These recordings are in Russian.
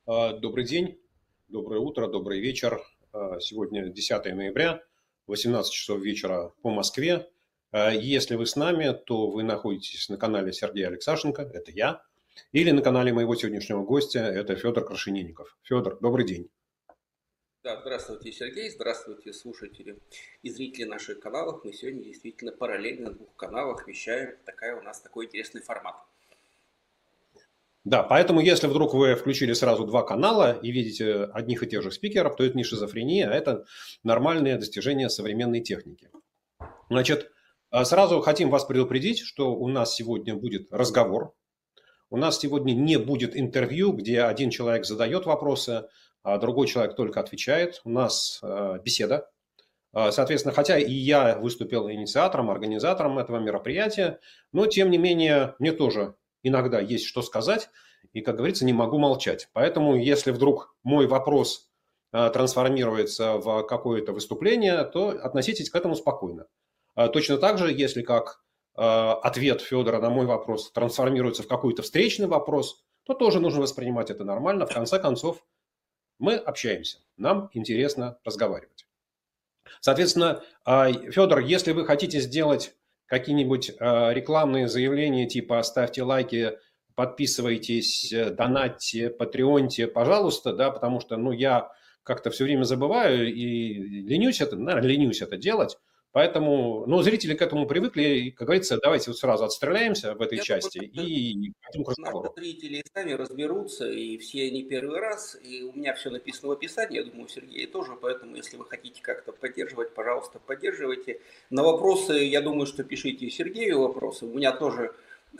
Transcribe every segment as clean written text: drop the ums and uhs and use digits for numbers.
Добрый день, доброе утро, добрый вечер. Сегодня 10 ноября, 18 часов вечера по Москве. Если вы с нами, то вы находитесь на канале Сергея Алексашенко, это я, или на канале моего сегодняшнего гостя, это Федор Крашенинников. Федор, добрый день. Да, здравствуйте, Сергей, здравствуйте, слушатели и зрители наших каналов. Мы сегодня действительно параллельно на двух каналах вещаем. У нас такой интересный формат. Да, поэтому если вдруг вы включили сразу два канала и видите одних и тех же спикеров, то это не шизофрения, а это нормальное достижение современной техники. Значит, сразу хотим вас предупредить, что у нас сегодня будет разговор. У нас сегодня не будет интервью, где один человек задает вопросы, а другой человек только отвечает. У нас беседа. Соответственно, хотя и я выступил инициатором, организатором этого мероприятия, но тем не менее мне тоже иногда есть что сказать, и, как говорится, не могу молчать. Поэтому, если вдруг мой вопрос трансформируется в какое-то выступление, то относитесь к этому спокойно. Точно так же, если как ответ Федора на мой вопрос трансформируется в какой-то встречный вопрос, то тоже нужно воспринимать это нормально. В конце концов, мы общаемся, нам интересно разговаривать. Соответственно, Федор, если вы хотите сделать какие-нибудь рекламные заявления типа ставьте лайки, подписывайтесь, донатьте, патреоньте, пожалуйста, да, потому что я как-то все время забываю и ленюсь это делать. Поэтому, зрители к этому привыкли, и, как говорится, давайте сразу отстреляемся в этой Я части думаю, и пойдем к наши разговору. зрители сами разберутся, и все не первый раз, и у меня все написано в описании, я думаю, у Сергея тоже, поэтому, если вы хотите как-то поддерживать, пожалуйста, поддерживайте. На вопросы, я думаю, что пишите Сергею вопросы, у меня тоже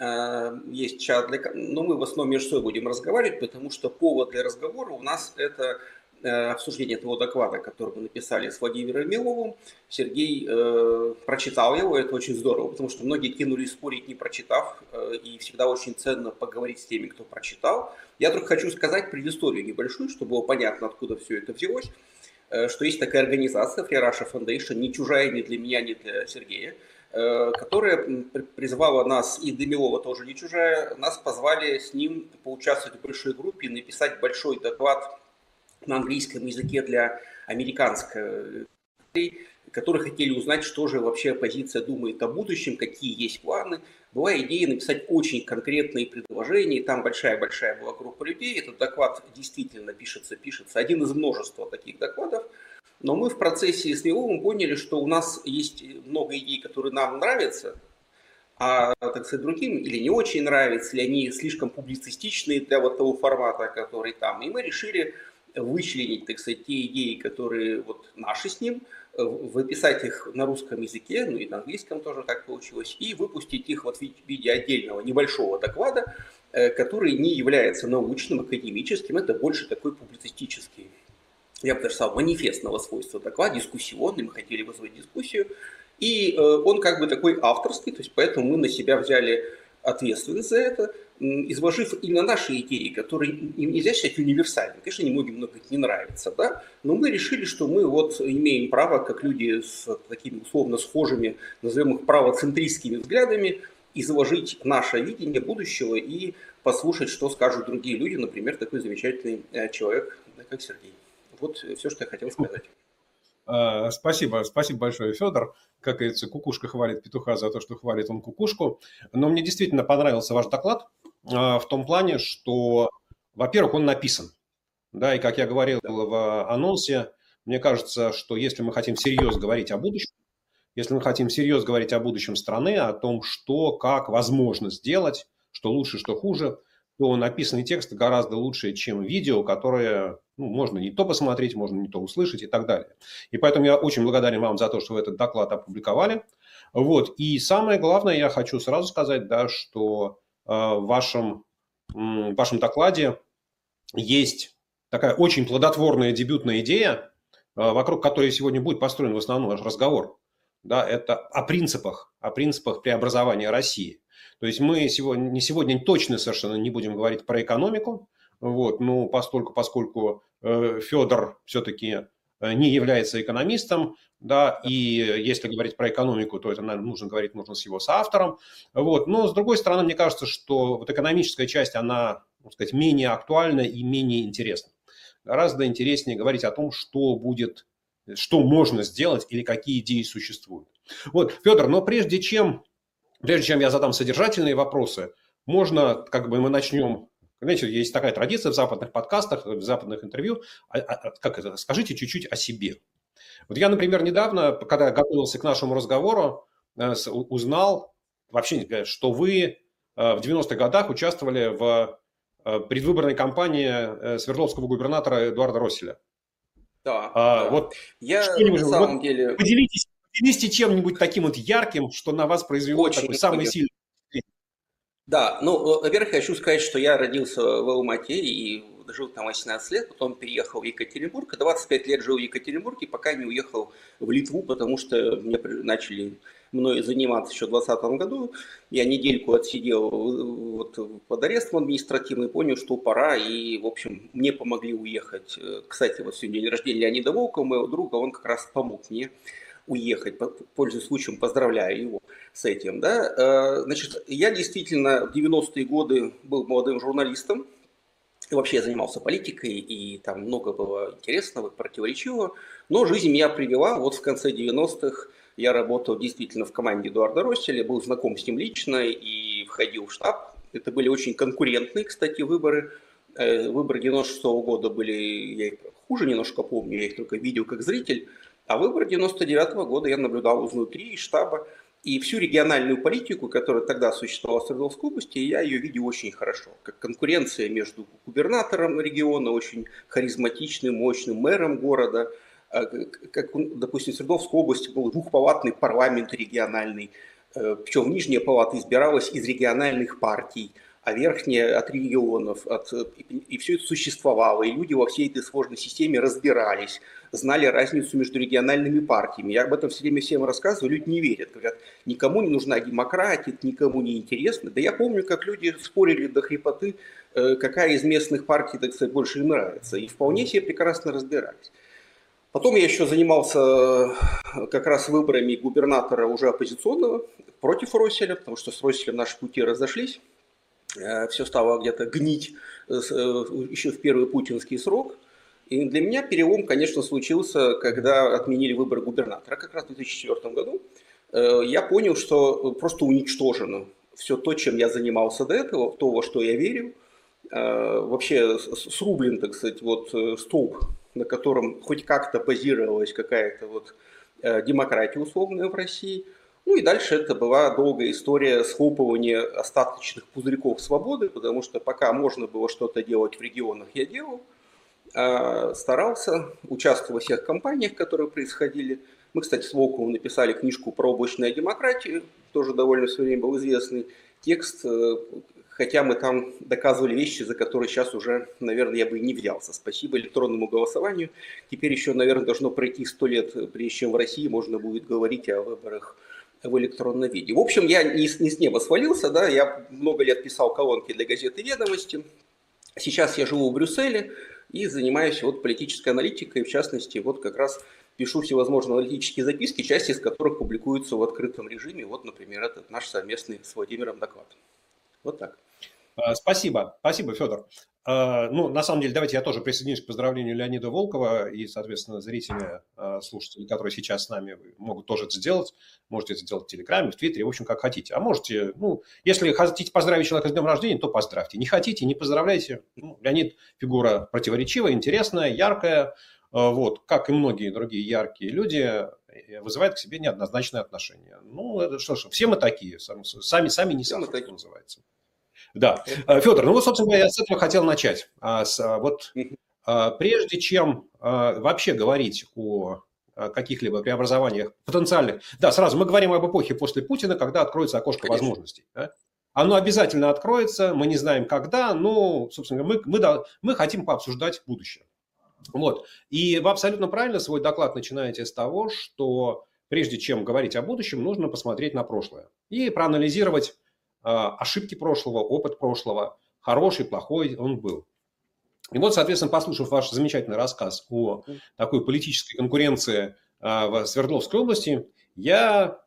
есть чат, но мы в основном между собой будем разговаривать, потому что повод для разговора у нас это обсуждение того доклада, который мы написали с Владимиром Миловым. Сергей прочитал его, это очень здорово, потому что многие кинулись спорить, не прочитав, и всегда очень ценно поговорить с теми, кто прочитал. Я только хочу сказать предысторию небольшую, чтобы было понятно, откуда все это взялось, что есть такая организация Free Russia Foundation, не чужая ни для меня, ни для Сергея, которая призвала нас, и Демилова тоже не чужая, нас позвали с ним поучаствовать в большой группе, написать большой доклад на английском языке для американской, которые хотели узнать, что же вообще оппозиция думает о будущем, какие есть планы. Была идея написать очень конкретные предложения, там большая-большая была группа людей, этот доклад действительно пишется, один из множества таких докладов, но мы в процессе с Миловым поняли, что у нас есть много идей, которые нам нравятся, а, так сказать, другим или не очень нравятся, или они слишком публицистичные для вот того формата, который там. И мы решили вычленить, так сказать, те идеи, которые вот наши с ним, выписать их на русском языке, и на английском тоже так получилось, и выпустить их вот в виде отдельного небольшого доклада, который не является научным, академическим, это больше такой публицистический, я бы даже сказал, манифестного свойства доклад, дискуссионный, мы хотели вызвать дискуссию, и он как бы такой авторский, то есть поэтому мы на себя взяли ответственность за это, изложив именно наши идеи, которые им нельзя считать универсальными. Конечно, они многим не нравятся, да? Но мы решили, что мы вот имеем право, как люди с такими условно схожими, назовем их правоцентристскими взглядами, изложить наше видение будущего и послушать, что скажут другие люди, например, такой замечательный человек, как Сергей. Вот все, что я хотел сказать. Спасибо большое, Федор. Как говорится, кукушка хвалит петуха за то, что хвалит он кукушку. Но мне действительно понравился ваш доклад в том плане, что, во-первых, он написан. Да, и как я говорил в анонсе, мне кажется, что если мы хотим всерьез говорить о будущем, если мы хотим всерьез говорить о будущем страны, о том, что, как возможно сделать, что лучше, что хуже, то написанный текст гораздо лучше, чем видео, которое можно не то посмотреть, можно не то услышать и так далее. И поэтому я очень благодарен вам за то, что вы этот доклад опубликовали. Вот. И самое главное, я хочу сразу сказать, да, что в вашем докладе есть такая очень плодотворная дебютная идея, вокруг которой сегодня будет построен в основном наш разговор. Да, это о принципах преобразования России. То есть мы сегодня точно совершенно не будем говорить про экономику, вот, поскольку Федор все-таки не является экономистом, да, и если говорить про экономику, то это, наверное, нужно с его соавтором. Вот. Но, с другой стороны, мне кажется, что вот экономическая часть, она так сказать, менее актуально и менее интересно. Гораздо интереснее говорить о том, что будет, что можно сделать или какие идеи существуют. Вот, Федор, но прежде чем я задам содержательные вопросы, можно, как бы мы начнем. Знаете, есть такая традиция в западных подкастах, в западных интервью. Как это? Скажите чуть-чуть о себе. Вот я, например, недавно, когда готовился к нашему разговору, узнал вообще, что вы в 90-х годах участвовали в предвыборной кампании Свердловского губернатора Эдуарда Росселя. Да, да. Вот Я что-нибудь, на самом деле поделитесь чем-нибудь таким вот ярким, что на вас произвело очень такой самый многим. сильный впечатление. Да, ну, во-первых, хочу сказать, что я родился в Алмате и жил там 18 лет, потом переехал в Екатеринбург, и 25 лет жил в Екатеринбурге, пока не уехал в Литву, потому что мне начали мной заниматься еще в 2020 году. Я недельку отсидел вот под арестом административным, понял, что пора, и, в общем, мне помогли уехать. Кстати, вот сегодня день рождения Леонида Волкова, моего друга, он как раз помог мне уехать. Пользуясь случаем, поздравляю его с этим. Да? Значит, я действительно в 90-е годы был молодым журналистом. И вообще я занимался политикой, и там много было интересного, противоречивого. Но жизнь меня привела. Вот в конце 90-х я работал действительно в команде Эдуарда Росселя, был знаком с ним лично и входил в штаб. Это были очень конкурентные, кстати, выборы. Выборы 96-го года были, я их хуже немножко помню, я их только видел как зритель. А выборы 99-го года я наблюдал изнутри штаба. И всю региональную политику, которая тогда существовала в Свердловской области, я ее видел очень хорошо. Как конкуренция между губернатором региона, очень харизматичным, мощным мэром города. Как, допустим, в Свердловской области был двухпалатный парламент региональный. Причем нижняя палата избиралась из региональных партий, а верхняя от регионов. И все это существовало, и люди во всей этой сложной системе разбирались, знали разницу между региональными партиями. Я об этом все время всем рассказываю, люди не верят. Говорят, никому не нужна демократия, это никому не интересно. Да я помню, как люди спорили до хрипоты, какая из местных партий, так сказать, больше им нравится. И вполне себе прекрасно разбирались. Потом я еще занимался как раз выборами губернатора уже оппозиционного против Росселя, потому что с Росселем наши пути разошлись. Все стало где-то гнить еще в первый путинский срок. И для меня перелом, конечно, случился, когда отменили выборы губернатора, как раз в 2004 году. Я понял, что просто уничтожено все то, чем я занимался до этого, то, во что я верил. Вообще срублен, так сказать, вот столб, на котором хоть как-то базировалась какая-то вот демократия условная в России. Ну и дальше это была долгая история схлопывания остаточных пузырьков свободы, потому что пока можно было что-то делать в регионах, я делал, старался, участвовал во всех кампаниях, которые происходили. Мы, кстати, с Волковым написали книжку про облачную демократию, тоже довольно в свое время был известный текст, хотя мы там доказывали вещи, за которые сейчас уже, наверное, я бы и не взялся. Спасибо электронному голосованию. Теперь еще, наверное, должно пройти 100 лет, прежде чем в России можно будет говорить о выборах в электронном виде. В общем, я не с неба свалился, да, я много лет писал колонки для газеты «Ведомости». Сейчас я живу в Брюсселе и занимаюсь вот политической аналитикой, в частности, вот как раз пишу всевозможные аналитические записки, часть из которых публикуются в открытом режиме. Вот, например, этот наш совместный с Владимиром доклад. Вот так. Спасибо, Федор. Ну, на самом деле, давайте я тоже присоединюсь к поздравлению Леонида Волкова и, соответственно, зрители, слушатели, которые сейчас с нами, могут тоже это сделать. Можете это сделать в Телеграме, в Твиттере, в общем, как хотите. А можете, ну, если хотите поздравить человека с днем рождения, то поздравьте. Не хотите, не поздравляйте. Ну, Леонид фигура противоречивая, интересная, яркая. Вот, как и многие другие яркие люди, вызывает к себе неоднозначное отношение. Ну, это что ж, все мы такие, сами не сами, что называется. Да, Федор, ну вот, собственно, я с этого хотел начать. Вот прежде чем вообще говорить о каких-либо преобразованиях потенциальных, да, сразу мы говорим об эпохе после Путина, когда откроется окошко возможностей. Да? Оно обязательно откроется, мы не знаем когда, но, собственно, мы хотим пообсуждать будущее. Вот. И вы абсолютно правильно свой доклад начинаете с того, что прежде чем говорить о будущем, нужно посмотреть на прошлое и проанализировать ошибки прошлого, опыт прошлого, хороший, плохой он был. И вот, соответственно, послушав ваш замечательный рассказ о такой политической конкуренции в Свердловской области, я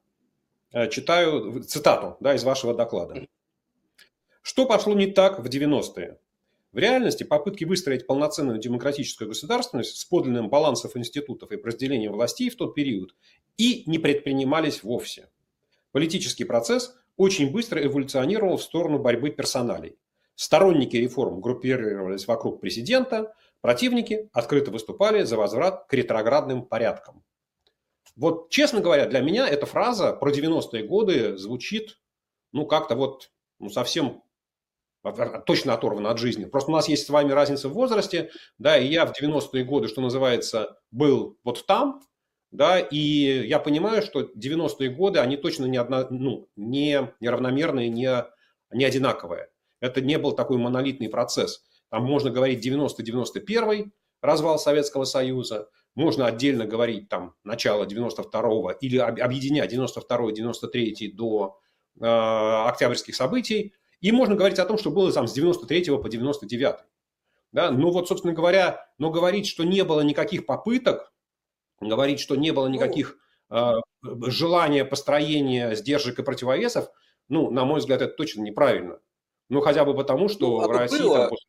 читаю цитату, да, из вашего доклада. Что пошло не так в 90-е? В реальности попытки выстроить полноценную демократическую государственность с подлинным балансом институтов и разделением властей в тот период и не предпринимались вовсе. Политический процесс очень быстро эволюционировал в сторону борьбы персоналей. Сторонники реформ группировались вокруг президента, противники открыто выступали за возврат к ретроградным порядкам. Вот, честно говоря, для меня эта фраза про 90-е годы звучит, как-то совсем точно оторвана от жизни. Просто у нас есть с вами разница в возрасте, да, и я в 90-е годы, что называется, был вот там, да, и я понимаю, что 90-е годы, они точно не равномерные, не одинаковые. Это не был такой монолитный процесс. Там можно говорить 90-91 развал Советского Союза, можно отдельно говорить там начало 92-го или объединять 92-93 до октябрьских событий. И можно говорить о том, что было там с 93 по 99. Да? Собственно говоря, но говорить, что не было никаких попыток, говорить, что не было никаких желания построения сдержек и противовесов, на мой взгляд, это точно неправильно. Хотя бы потому, что в России...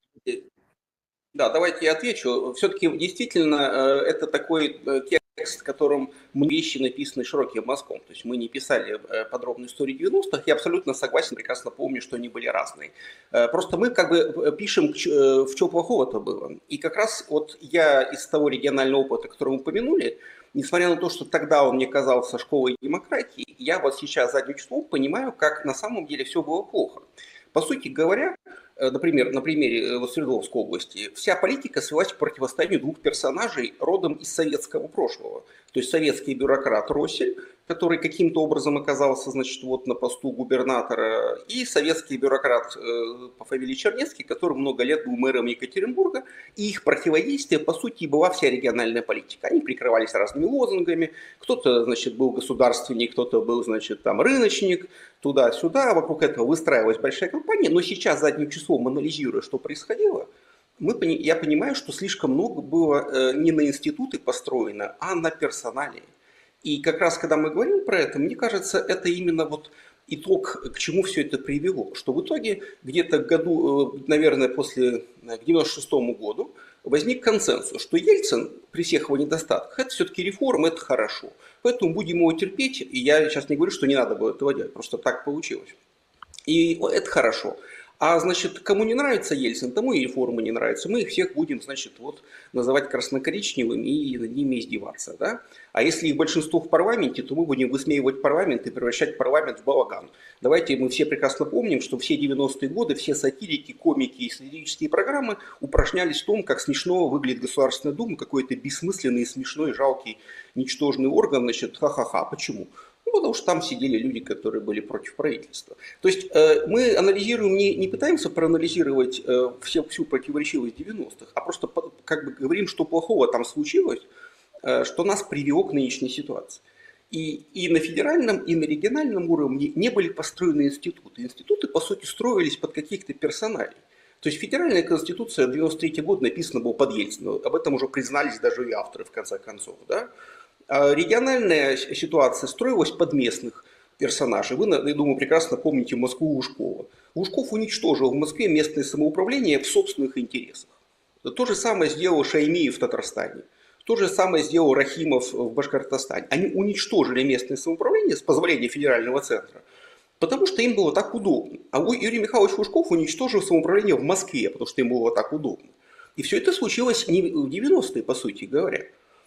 Да, давайте я отвечу. Все-таки действительно это такой текст, в котором вещи написаны широким мазком. То есть мы не писали подробную историю 90-х. Я абсолютно согласен, прекрасно помню, что они были разные. Просто мы пишем, в чем плохого-то было. И как раз я из того регионального опыта, который мы упомянули, несмотря на то, что тогда он мне казался школой демократии, я сейчас задним числом понимаю, как на самом деле все было плохо. По сути говоря, например, на примере Свердловской области, вся политика свелась к противостоянию двух персонажей родом из советского прошлого. То есть советский бюрократ Россель, который каким-то образом оказался, на посту губернатора, и советский бюрократ по фамилии Чернецкий, который много лет был мэром Екатеринбурга, и их противодействие, по сути, была вся региональная политика. Они прикрывались разными лозунгами, кто-то, был государственник, кто-то был, рыночник, туда-сюда, вокруг этого выстраивалась большая кампания, но сейчас задним числом, анализируя, что происходило, я понимаю, что слишком много было не на институты построено, а на персонале. И как раз, когда мы говорим про это, мне кажется, это именно итог, к чему все это привело. Что в итоге где-то к году, наверное, к 96-му году возник консенсус, что Ельцин при всех его недостатках, это все-таки реформа, это хорошо. Поэтому будем его терпеть. И я сейчас не говорю, что не надо было этого делать, просто так получилось. И это хорошо. А кому не нравится Ельцин, тому и реформы не нравятся. Мы их всех будем, называть красно-коричневыми и над ними издеваться. Да? А если их большинство в парламенте, то мы будем высмеивать парламент и превращать парламент в балаган. Давайте мы все прекрасно помним, что все 90-е годы, все сатирики, комики и сатирические программы упражнялись в том, как смешно выглядит Государственная Дума, какой-то бессмысленный, смешной, жалкий, ничтожный орган, ха-ха-ха. Почему? Потому что там сидели люди, которые были против правительства. То есть мы анализируем, не пытаемся проанализировать всю противоречивость 90-х, а просто говорим, что плохого там случилось, что нас привело к нынешней ситуации. И на федеральном, и на региональном уровне не были построены институты. Институты, по сути, строились под каких-то персоналей. То есть федеральная конституция 93 год написана была под Ельцином. Об этом уже признались даже и авторы, в конце концов. Да? А региональная ситуация строилась под местных персонажей. Вы, я думаю, прекрасно помните Москву Лужкова. Лужков уничтожил в Москве местное самоуправление в собственных интересах. То же самое сделал Шаймиев в Татарстане. То же самое сделал Рахимов в Башкортостане. Они уничтожили местное самоуправление с позволения федерального центра, потому что им было так удобно. А Юрий Михайлович Лужков уничтожил самоуправление в Москве, потому что им было так удобно. И все это случилось не в 90-е, по сути говоря.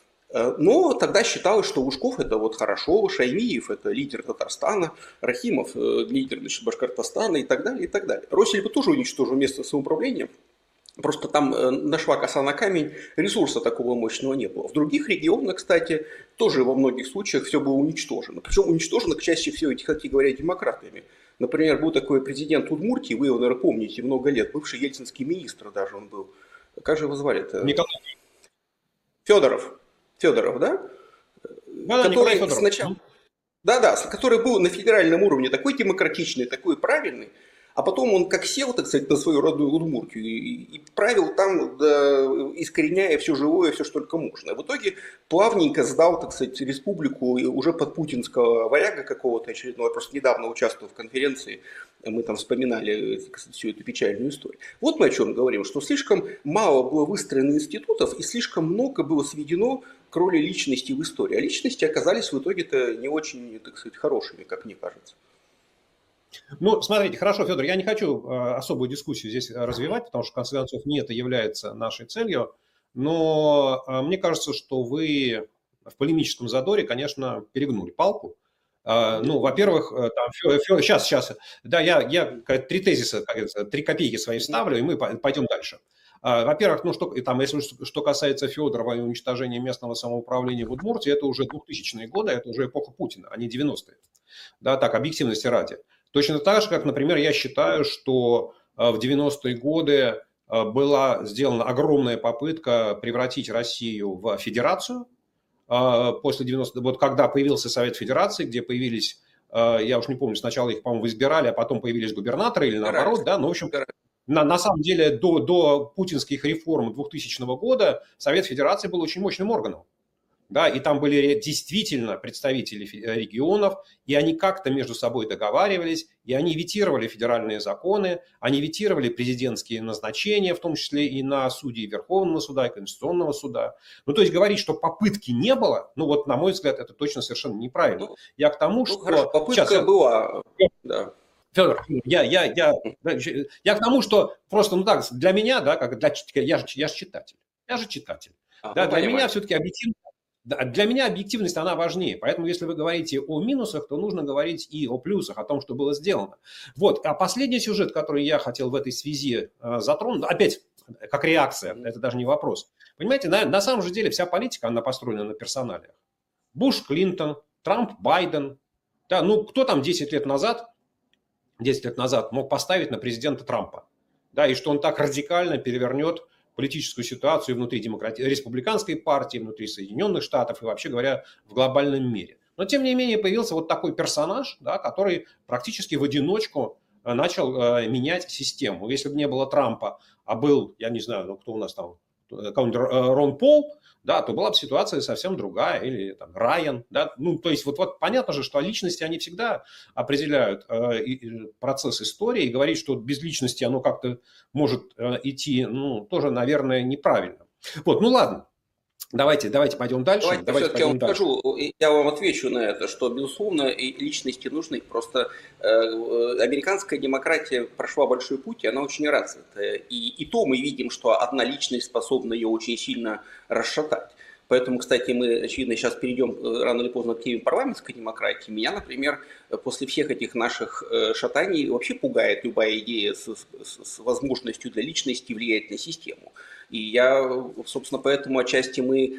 Но тогда считалось, что Лужков это хорошо, Шаймиев это лидер Татарстана, Рахимов лидер Башкортостана и так далее, и так далее. Россель бы тоже уничтожил местное самоуправление, просто там нашла коса на камень, ресурса такого мощного не было. В других регионах, кстати, тоже во многих случаях все было уничтожено. Причем уничтожено чаще всего, кстати говоря, демократами. Например, был такой президент Удмуртии, вы его, наверное, помните, много лет, бывший ельцинский министр даже он был. Как же его звали-то? Николай. Федоров, да? Да, который сначала... Да, который был на федеральном уровне такой демократичный, такой правильный, А потом он как сел, так сказать, на свою родную Удмуртию и правил там, да, искореняя все живое, все, что только можно. В итоге плавненько сдал, так сказать, республику уже под путинского варяга какого-то очередного. Я просто недавно участвовал в конференции, мы там вспоминали, кстати, всю эту печальную историю. Вот мы о чем говорим, что слишком мало было выстроено институтов и слишком много было сведено к роли личности в истории. А личности оказались в итоге-то не очень, так сказать, хорошими, как мне кажется. Ну, смотрите, хорошо, Федор, я не хочу особую дискуссию здесь развивать, потому что, в конце концов, не это является нашей целью, но мне кажется, что вы в полемическом задоре, конечно, перегнули палку. Ну, во-первых, сейчас, да, я три тезиса, как говорится, 3 копейки свои вставлю, и мы пойдем дальше. Во-первых, ну, что касается Федорова и уничтожения местного самоуправления в Удмуртии, это уже 2000-е годы, это уже эпоха Путина, а не 90-е. Да, так, объективности ради. Точно так же, как, например, я считаю, что в 90-е годы была сделана огромная попытка превратить Россию в федерацию. После 90-х, вот когда появился Совет Федерации, где появились, я уж не помню, сначала их, по-моему, избирали, а потом появились губернаторы или наоборот, да, но, в общем, на самом деле до путинских реформ 2000 года Совет Федерации был очень мощным органом. Да, и там были действительно представители регионов, и они как-то между собой договаривались, и они ветировали федеральные законы, они ветировали президентские назначения, в том числе и на судей Верховного суда и Конституционного суда. Ну, то есть говорить, что попытки не было, ну, вот, на мой взгляд, это точно совершенно неправильно. Я к тому, что... Хорошо, попытка сейчас, была, да. Федор, я к тому, что просто, ну так, для меня, да, как я же читатель. Я же читатель. Да, для меня все-таки объективно. Для меня объективность, она важнее. Поэтому, если вы говорите о минусах, то нужно говорить и о плюсах, о том, что было сделано. Вот. А последний сюжет, который я хотел в этой связи затронуть, опять, как реакция, это даже не вопрос. Понимаете, на самом же деле вся политика, она построена на персоналиях. Буш, Клинтон, Трамп, Байден. Да, ну, кто там 10 лет назад мог поставить на президента Трампа? Да, и что он так радикально перевернет политическую ситуацию внутри республиканской партии, внутри Соединенных Штатов и, вообще говоря, в глобальном мире. Но, тем не менее, появился вот такой персонаж, да, который практически в одиночку начал менять систему. Если бы не было Трампа, а был, я не знаю, ну, кто у нас там, Рон Пол, да, то была бы ситуация совсем другая, или там Райан, да, ну, то есть вот понятно же, что личности, они всегда определяют процесс истории, и говорить, что без личности оно как-то может идти, ну, тоже, наверное, неправильно. Вот, ну, ладно. Давайте пойдем дальше. Давайте все-таки я вам скажу, я вам отвечу на это, что, безусловно, и личности нужны. Просто американская демократия прошла большой путь, и она очень развита. И то мы видим, что одна личность способна ее очень сильно расшатать. Поэтому, кстати, мы, очевидно, сейчас перейдем рано или поздно к теме парламентской демократии. Меня, например, после всех этих наших шатаний вообще пугает любая идея с возможностью для личности влиять на систему. И я, собственно, поэтому отчасти мы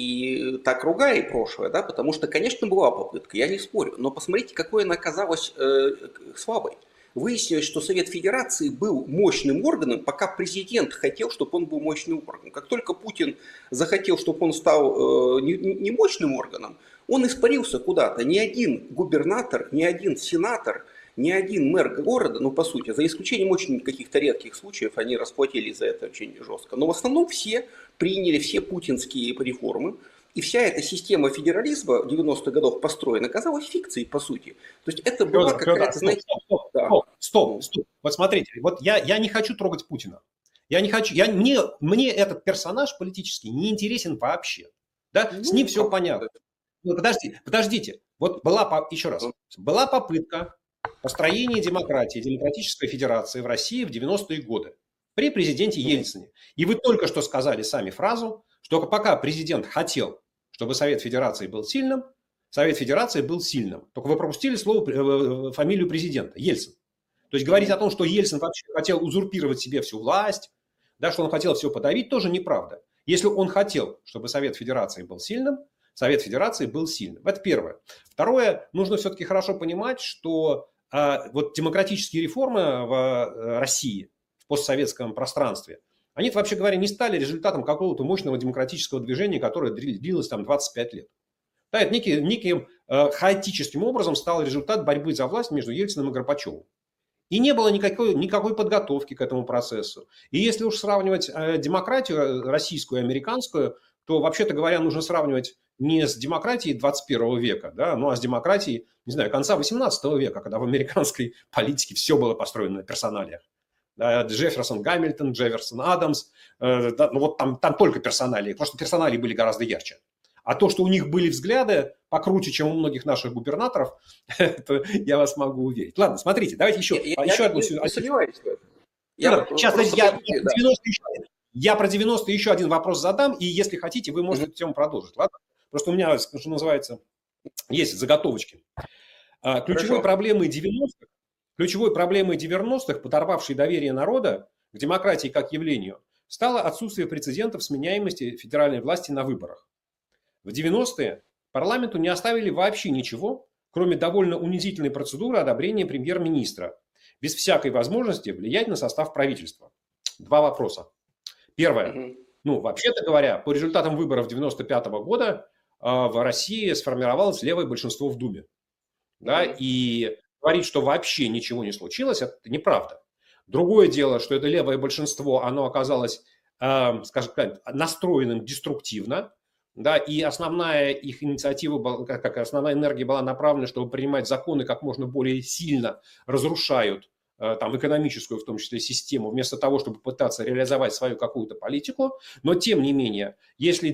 и так ругаем прошлое, да, потому что, конечно, была попытка, я не спорю, но посмотрите, какой она оказалась слабой. Выяснилось, что Совет Федерации был мощным органом, пока президент хотел, чтобы он был мощным органом. Как только Путин захотел, чтобы он стал не мощным органом, он испарился куда-то. Ни один губернатор, ни один сенатор, ни один мэр города, ну, по сути, за исключением очень каких-то редких случаев, они расплатились за это очень жестко. Но в основном все приняли все путинские реформы. И вся эта система федерализма в 90-х годах построена оказалась фикцией, по сути. То есть это была какая-то, знаете... Стоп. Вот смотрите, вот я не хочу трогать Путина. Я не хочу, мне этот персонаж политический не интересен вообще. Да? С ним все понятно. Подождите. Вот еще раз, была попытка построения демократии, демократической федерации в России в 90-е годы при президенте Ельцине. И вы только что сказали сами фразу, что пока президент хотел, чтобы Совет Федерации был сильным, Совет Федерации был сильным. Только вы пропустили фамилию президента, Ельцин. То есть говорить о том, что Ельцин вообще хотел узурпировать себе всю власть, да, что он хотел все подавить, тоже неправда. Если он хотел, чтобы Совет Федерации был сильным, Совет Федерации был сильным. Это первое. Второе, нужно все-таки хорошо понимать, что вот демократические реформы в России, в постсоветском пространстве, они, вообще говоря, не стали результатом какого-то мощного демократического движения, которое длилось там 25 лет. Да, это неким хаотическим образом стал результат борьбы за власть между Ельциным и Горбачевым. И не было никакой подготовки к этому процессу. И если уж сравнивать демократию российскую и американскую, то, вообще-то говоря, нужно сравнивать не с демократией 21 века, да, ну а с демократией, не знаю, конца 18 века, когда в американской политике все было построено на персоналиях. Да, Джефферсон, Гамильтон, Джефферсон, Адамс, да, ну вот там только персоналии, просто персоналии были гораздо ярче. А то, что у них были взгляды покруче, чем у многих наших губернаторов, то я вас могу уверить. Ладно, смотрите, давайте еще одну... Не сомневаюсь в этом. Сейчас, я про 90 еще один вопрос задам, и если хотите, вы можете эту тему продолжить. Ладно? Просто у меня, что называется, есть заготовочки. Ключевой проблемой 90-х, подорвавшей доверие народа к демократии как явлению, стало отсутствие прецедентов сменяемости федеральной власти на выборах. В 90-е парламенту не оставили вообще ничего, кроме довольно унизительной процедуры одобрения премьер-министра, без всякой возможности влиять на состав правительства. Два вопроса. Первое. Ну, вообще-то говоря, по результатам выборов 1995 года в России сформировалось левое большинство в Думе. Да, и говорить, что вообще ничего не случилось, это неправда. Другое дело, что это левое большинство, оно оказалось, скажем так, настроенным деструктивно. Да, и основная их инициатива, как основная энергия была направлена, чтобы принимать законы как можно более сильно разрушают там, экономическую, в том числе, систему, вместо того, чтобы пытаться реализовать свою какую-то политику. Но, тем не менее, если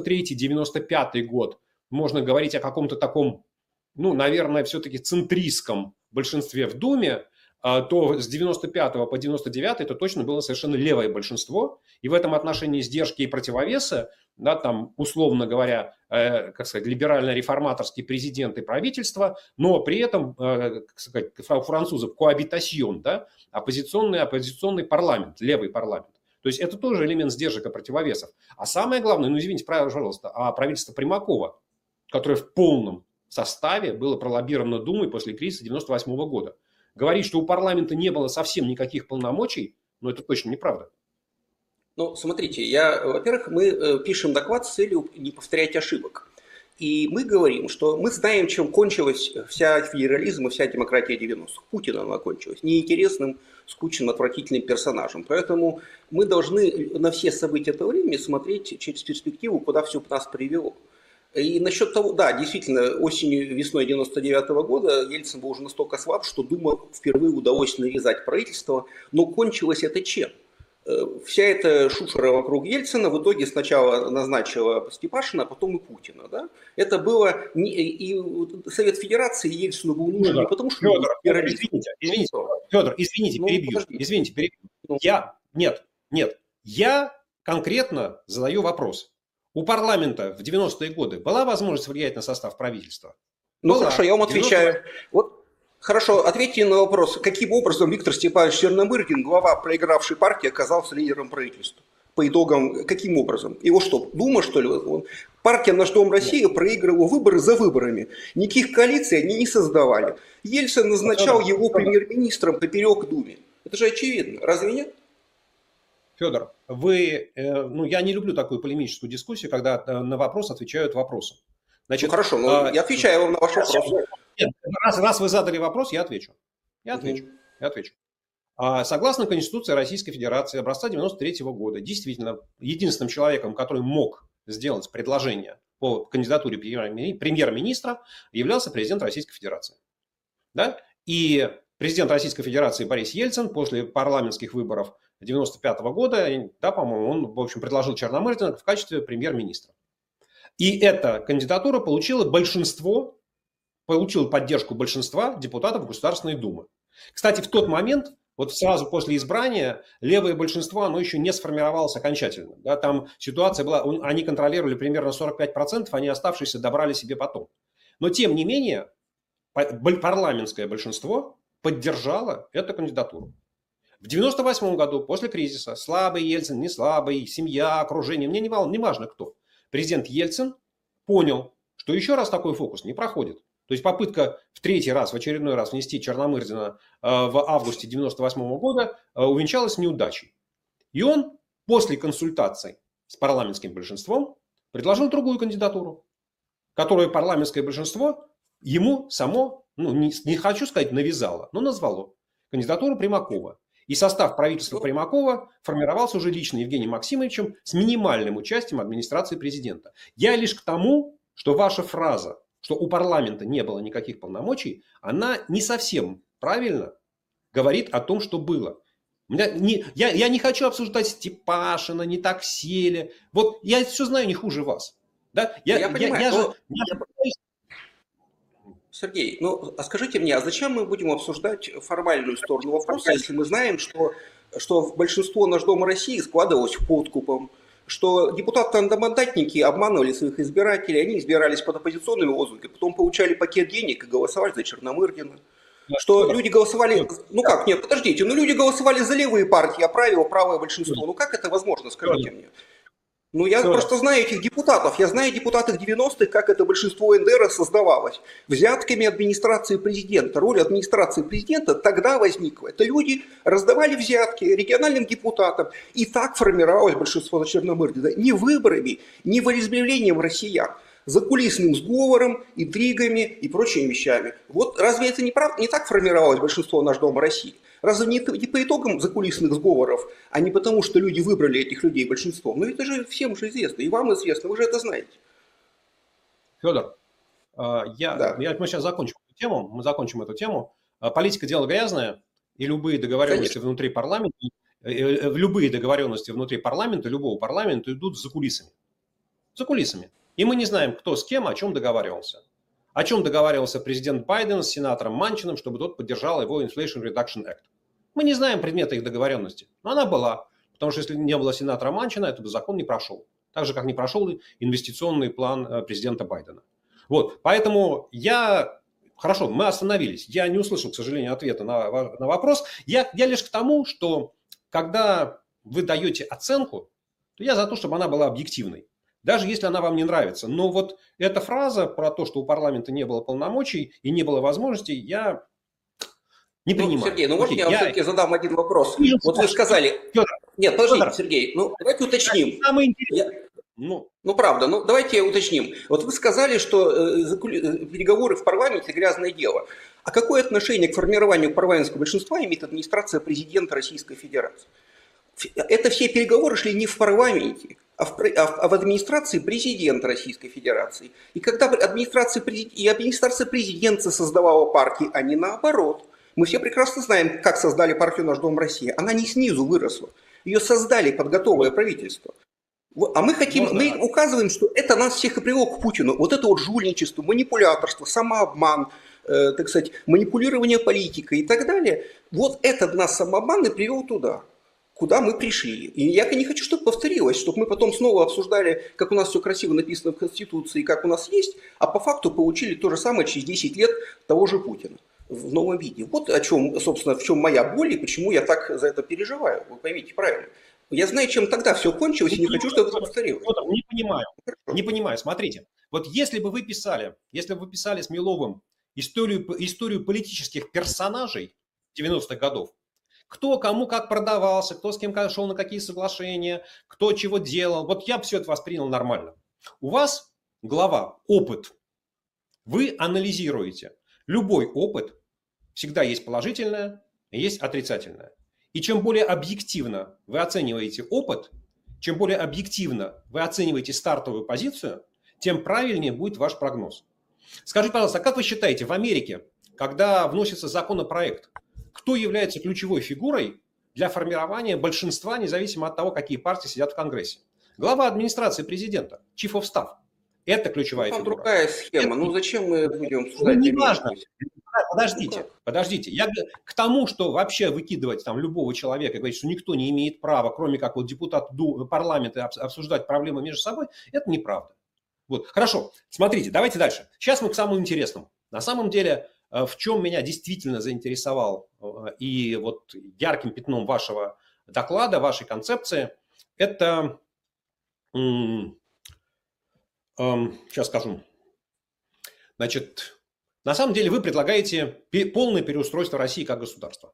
93-95 год можно говорить о каком-то таком, ну, наверное, все-таки центристском большинстве в Думе, то с 95 по 99 это точно было совершенно левое большинство. И в этом отношении сдержки и противовесы, да, там, условно говоря, как сказать, либерально-реформаторский президент и правительство, но при этом, как сказать, у французов коабитасьон, да, оппозиционный парламент, левый парламент. То есть это тоже элемент сдержек и противовесов. А самое главное, ну извините, пожалуйста, правительство Примакова, которое в полном составе было пролоббировано Думой после кризиса 98 года. Говорить, что у парламента не было совсем никаких полномочий, ну это точно неправда. Ну, смотрите, во-первых, мы пишем доклад с целью не повторять ошибок. И мы говорим, что мы знаем, чем кончилась вся федерализм и вся демократия 90-х. Путина она кончилась неинтересным, скучным, отвратительным персонажем. Поэтому мы должны на все события этого времени смотреть через перспективу, куда все нас привело. И насчет того, да, действительно, осенью, весной 99 года Ельцин был уже настолько слаб, что Дума впервые удалось навязать правительство. Но кончилось это чем? Вся эта шушера вокруг Ельцина в итоге сначала назначила Степашина, а потом и Путина. Да? Это было... И Совет Федерации Ельцину был нужен не потому, что... Федор, извините, перебью. Я конкретно задаю вопрос. У парламента в 90-е годы была возможность влиять на состав правительства? Ну хорошо, я вам отвечаю. Вот, хорошо, ответьте на вопрос, каким образом Виктор Степанович Черномырдин, глава проигравшей партии, оказался лидером правительства? По итогам, каким образом? Его что, Дума, что ли? Партия «Наш Дом России» проигрывала выборы за выборами. Никаких коалиций они не создавали. Ельцин назначал его премьер-министром поперек Думе. Это же очевидно, разве нет? Федор, я не люблю такую полемическую дискуссию, когда на вопрос отвечают вопросом. Значит, хорошо, я отвечаю вам на ваш вопрос. Нет, раз вы задали вопрос, я отвечу. Я отвечу. Согласно Конституции Российской Федерации образца 93 года, действительно, единственным человеком, который мог сделать предложение по кандидатуре премьер-министра, являлся президент Российской Федерации. Да? И президент Российской Федерации Борис Ельцин после парламентских выборов 1995 года, да, по-моему, он, в общем, предложил Черномырдина в качестве премьер-министра. И эта кандидатура получила поддержку большинства депутатов Государственной Думы. Кстати, в тот момент, вот сразу после избрания, левое большинство, оно еще не сформировалось окончательно. Да, там ситуация была, они контролировали примерно 45%, они оставшиеся добрали себе потом. Но, тем не менее, парламентское большинство поддержало эту кандидатуру. В 1998 году, после кризиса, слабый Ельцин, не слабый, семья, окружение, мне не важно кто, президент Ельцин понял, что еще раз такой фокус не проходит. То есть попытка в очередной раз внести Черномырдина в августе 1998 года увенчалась неудачей. И он после консультаций с парламентским большинством предложил другую кандидатуру, которую парламентское большинство ему само, не хочу сказать навязало, но назвало. кандидатуру Примакова. И состав правительства Примакова формировался уже лично Евгением Максимовичем с минимальным участием администрации президента. Я лишь к тому, что ваша фраза, что у парламента не было никаких полномочий, она не совсем правильно говорит о том, что было. Я не хочу обсуждать Степашина, не так сели. Вот я все знаю не хуже вас. Да? Я понимаю, Сергей, ну а скажите мне, а зачем мы будем обсуждать формальную сторону вопроса, если мы знаем, что большинство наш Дома России складывалось подкупом, что депутаты-одномандатники обманывали своих избирателей, они избирались под оппозиционными лозунгами, потом получали пакет денег и голосовали за Черномырдина. Что люди голосовали, люди голосовали за левые партии, а правое большинство. Ну как это возможно, скажите мне? Ну, я просто знаю этих депутатов. Я знаю депутатов 90-х, как это большинство НДР создавалось. Взятками администрации президента. Роль администрации президента тогда возникла. Это люди раздавали взятки региональным депутатам. И так формировалось большинство на Черномырдина. Не выборами, не волеизъявлением россиян. Закулисным сговором, интригами и прочими вещами. Вот разве это не так формировалось большинство наш Дома России? Разве не по итогам закулисных сговоров, а не потому, что люди выбрали этих людей большинством? Ну это же всем уже известно, и вам известно, вы же это знаете. Федор, мы сейчас закончим эту тему. Мы закончим эту тему. Политика – дело грязное, и любые договоренности внутри парламента, любого парламента идут за кулисами. За кулисами. И мы не знаем, кто с кем, о чем договаривался. О чем договаривался президент Байден с сенатором Манчиным, чтобы тот поддержал его Inflation Reduction Act. Мы не знаем предмета их договоренности, но она была. Потому что если не было сенатора Манчина, этот закон не прошел. Так же, как не прошел инвестиционный план президента Байдена. Вот, поэтому Хорошо, мы остановились. Я не услышал, к сожалению, ответа на вопрос. Я лишь к тому, что когда вы даете оценку, то я за то, чтобы она была объективной. Даже если она вам не нравится. Но вот эта фраза про то, что у парламента не было полномочий и не было возможностей, я не принимаю. Сергей, можно я вам все-таки задам один вопрос? Вот вы сказали... Нет, подождите, Сергей, давайте уточним. Самое интересное. Правда, давайте уточним. Вот вы сказали, что переговоры в парламенте – грязное дело. А какое отношение к формированию парламентского большинства имеет администрация президента Российской Федерации? Это все переговоры шли не в парламенте, а в администрации президента Российской Федерации. И когда администрация президента создавала партии, а не наоборот. Мы все прекрасно знаем, как создали партию «Наш Дом России». Она не снизу выросла. Ее создали под готовое правительство. А мы указываем, что это нас всех и привело к Путину. Вот это вот жульничество, манипуляторство, самообман, так сказать, манипулирование политикой и так далее. Вот этот нас самообман и привел туда, куда мы пришли. И я не хочу, чтобы повторилось, чтобы мы потом снова обсуждали, как у нас все красиво написано в Конституции, как у нас есть, а по факту получили то же самое через 10 лет того же Путина в новом виде. Вот о чем, собственно, в чем моя боль и почему я так за это переживаю. Вы поймите правильно. Я знаю, чем тогда все кончилось, и не хочу, чтобы это повторилось. Не понимаю. Смотрите, вот если бы вы писали с Миловым историю политических персонажей 90-х годов, кто кому как продавался, кто с кем шел на какие соглашения, кто чего делал, вот я бы все это воспринял нормально. У вас глава опыт. Вы анализируете. Любой опыт всегда есть положительное и есть отрицательное. И чем более объективно вы оцениваете опыт, чем более объективно вы оцениваете стартовую позицию, тем правильнее будет ваш прогноз. Скажите, пожалуйста, а как вы считаете, в Америке, когда вносится законопроект, кто является ключевой фигурой для формирования большинства, независимо от того, какие партии сидят в Конгрессе? Глава администрации президента, Chief of Staff. Это ключевая фигура. Другая схема. Зачем мы будем обсуждать? Не важно. Подождите. Я к тому, что вообще выкидывать там любого человека и говорить, что никто не имеет права, кроме как вот депутат парламента, обсуждать проблемы между собой, это неправда. Вот. Хорошо, смотрите, давайте дальше. Сейчас мы к самому интересному. На самом деле, в чем меня действительно заинтересовал и вот ярким пятном вашего доклада, вашей концепции, это, сейчас скажу, значит, на самом деле вы предлагаете полное переустройство России как государства.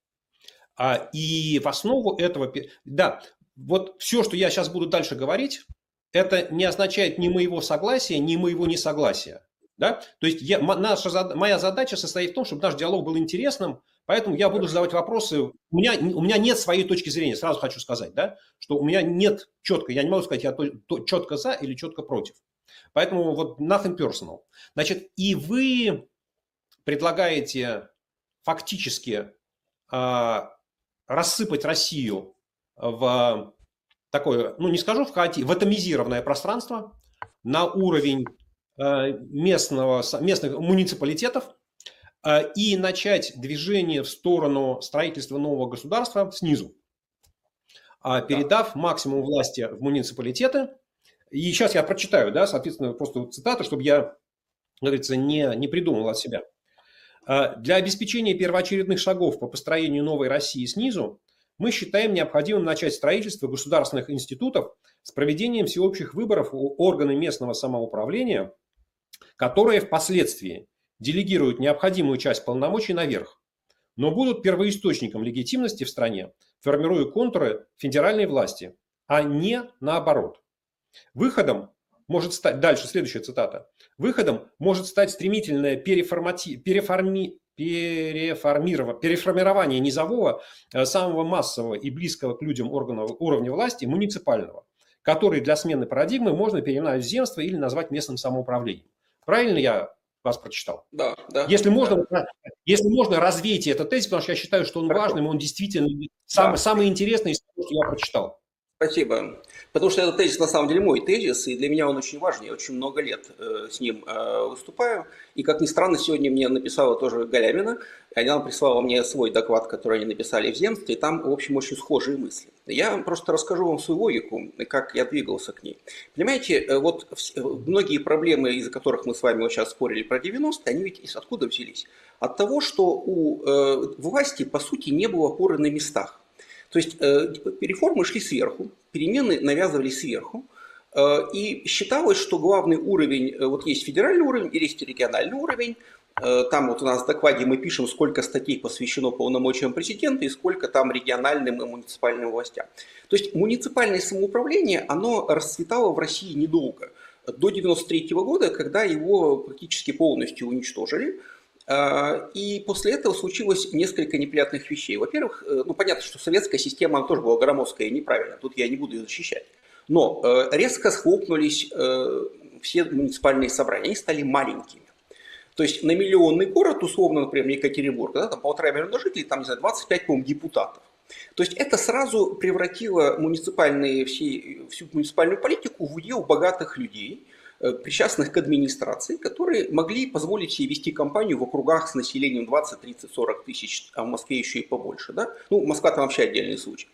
И в основу этого... Да, вот все, что я сейчас буду дальше говорить, это не означает ни моего согласия, ни моего несогласия. Да? То есть моя задача состоит в том, чтобы наш диалог был интересным, Поэтому я буду Хорошо. задавать вопросы. У меня нет своей точки зрения, сразу хочу сказать, да, что у меня нет четко, я не могу сказать, я четко за или четко против. Поэтому вот nothing personal. Значит, и вы предлагаете фактически рассыпать Россию в такое, ну не скажу в атомизированное пространство на уровень местных муниципалитетов и начать движение в сторону строительства нового государства снизу, Да. передав максимум власти в муниципалитеты. И сейчас я прочитаю, да, соответственно, просто цитату, чтобы я, как говорится, не придумал от себя. Для обеспечения первоочередных шагов по построению новой России снизу мы считаем необходимым начать строительство государственных институтов с проведением всеобщих выборов у органов местного самоуправления, которые впоследствии делегируют необходимую часть полномочий наверх, но будут первоисточником легитимности в стране, формируя контуры федеральной власти, а не наоборот. Выходом может стать, дальше следующая цитата, выходом может стать стремительное переформирование низового, самого массового и близкого к людям уровня власти муниципального, который для смены парадигмы можно переименовать в земство или назвать местным самоуправлением. Правильно я вас прочитал? Да, да, Если можно, да. если можно, развейте этот тезис, потому что я считаю, что он Хорошо. важным, он действительно Да. самый интересный из того, что я прочитал. Спасибо. Потому что этот тезис на самом деле мой тезис, и для меня он очень важный. Я очень много лет с ним выступаю. И, как ни странно, сегодня мне написала тоже Галямина, и она прислала мне свой доклад, который они написали в земстве, и там, в общем, очень схожие мысли. Я просто расскажу вам свою логику, как я двигался к ней. Понимаете, вот многие проблемы, из-за которых мы с вами вот сейчас спорили про 90-е, они ведь откуда взялись? От того, что у власти, по сути, не было опоры на местах. То есть реформы шли сверху, перемены навязывались сверху, и считалось, что главный уровень, вот есть федеральный уровень и есть региональный уровень. Там вот у нас в докладе мы пишем, сколько статей посвящено полномочиям президента и сколько там региональным и муниципальным властям. То есть муниципальное самоуправление, оно расцветало в России недолго, до 1993 года, когда его практически полностью уничтожили. И после этого случилось несколько неприятных вещей. Во-первых, ну понятно, что советская система она тоже была громоздкая и неправильная, тут я не буду ее защищать. Но резко схлопнулись все муниципальные собрания, они стали маленькими. То есть на миллионный город, условно, например, Екатеринбург, да, там 1,5 миллиона жителей, там, не знаю, 25, по-моему, депутатов. То есть это сразу превратило всю муниципальную политику в удел богатых людей, причастных к администрации, которые могли позволить себе вести кампанию в округах с населением 20, 30, 40 тысяч, а в Москве еще и побольше. Да? Ну, Москва там вообще отдельный случай.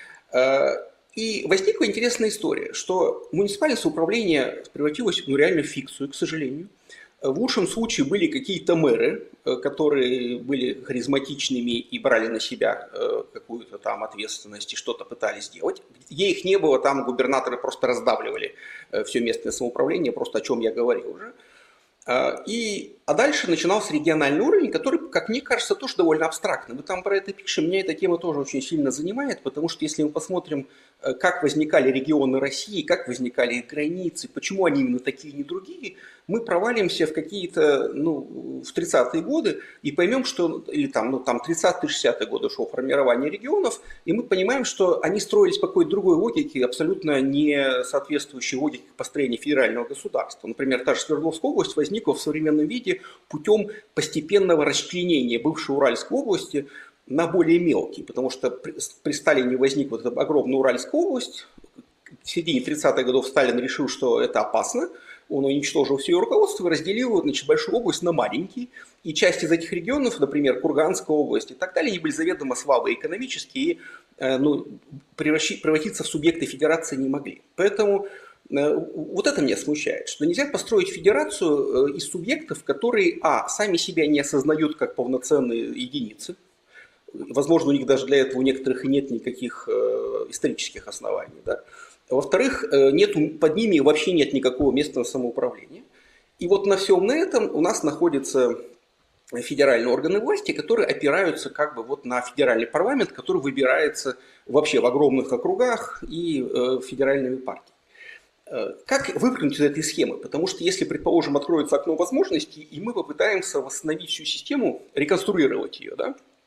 И возникла интересная история, что муниципальное самоуправление превратилось реально в фикцию, к сожалению. В лучшем случае были какие-то мэры, которые были харизматичными и брали на себя какую-то там ответственность и что-то пытались сделать. Где их не было, там губернаторы просто раздавливали все местное самоуправление, просто о чем я говорил уже. А дальше начинался региональный уровень, который, как мне кажется, тоже довольно абстрактный. Мы там про это пишем, меня эта тема тоже очень сильно занимает, потому что если мы посмотрим, как возникали регионы России, как возникали их границы, почему они именно такие, не другие, мы провалимся в какие-то, в 30-е годы и поймем, что, или там 30-60-е годы шло формирование регионов, и мы понимаем, что они строились по какой-то другой логике, абсолютно не соответствующей логике построения федерального государства. Например, та же Свердловская область возникла в современном виде путем постепенного расчленения бывшей Уральской области на более мелкие, потому что при Сталине возникла вот эта огромная Уральская область, в середине 30-х годов Сталин решил, что это опасно, он уничтожил все ее руководство и разделил большую область на маленькие, и часть из этих регионов, например, Курганская область и так далее, они были заведомо слабые экономически и превратиться в субъекты федерации не могли. Поэтому вот это меня смущает, что нельзя построить федерацию из субъектов, которые, сами себя не осознают как полноценные единицы. Возможно, у них даже для этого у некоторых и нет никаких исторических оснований. Да? Во-вторых, под ними вообще нет никакого местного самоуправления. И вот на всем на этом у нас находятся федеральные органы власти, которые опираются на федеральный парламент, который выбирается вообще в огромных округах и федеральными партиями. Как выпрыгнуть из этой схемы? Потому что если, предположим, откроется окно возможностей, и мы попытаемся восстановить всю систему, реконструировать ее, да?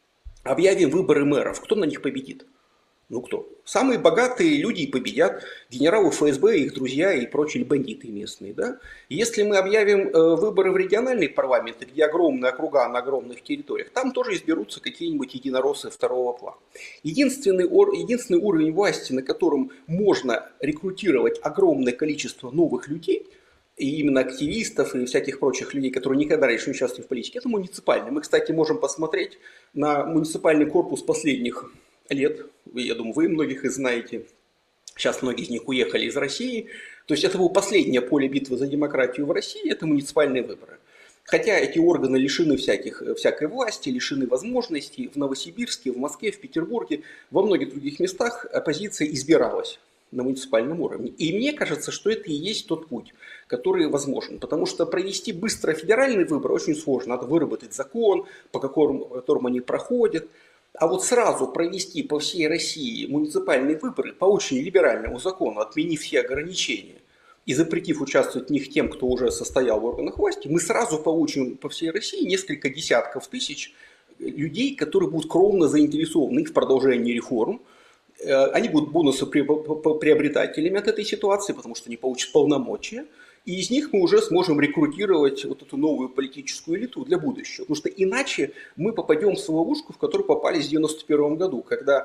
объявим выборы мэров, кто на них победит? Ну кто? Самые богатые люди и победят, генералы ФСБ, их друзья и прочие бандиты местные. Да? И если мы объявим выборы в региональные парламенты, где огромные округа на огромных территориях, там тоже изберутся какие-нибудь единороссы второго плана. Единственный уровень власти, на котором можно рекрутировать огромное количество новых людей, и именно активистов и всяких прочих людей, которые никогда раньше не участвовали в политике, это муниципальный. Мы, кстати, можем посмотреть на муниципальный корпус последних лет. Я думаю, вы многих из знаете. Сейчас многие из них уехали из России. То есть это было последнее поле битвы за демократию в России, это муниципальные выборы. Хотя эти органы лишены всякой власти, лишены возможностей. В Новосибирске, в Москве, в Петербурге, во многих других местах оппозиция избиралась на муниципальном уровне. И мне кажется, что это и есть тот путь, который возможен. Потому что провести быстро федеральный выбор очень сложно. Надо выработать закон, по которому они проходят. А вот сразу провести по всей России муниципальные выборы по очень либеральному закону, отменив все ограничения и запретив участвовать в них тем, кто уже состоял в органах власти, мы сразу получим по всей России несколько десятков тысяч людей, которые будут кровно заинтересованы в продолжении реформ. Они будут бонусы приобретателями от этой ситуации, потому что они получат полномочия. И из них мы уже сможем рекрутировать вот эту новую политическую элиту для будущего. Потому что иначе мы попадем в ловушку, в которую попали в 1991 году, когда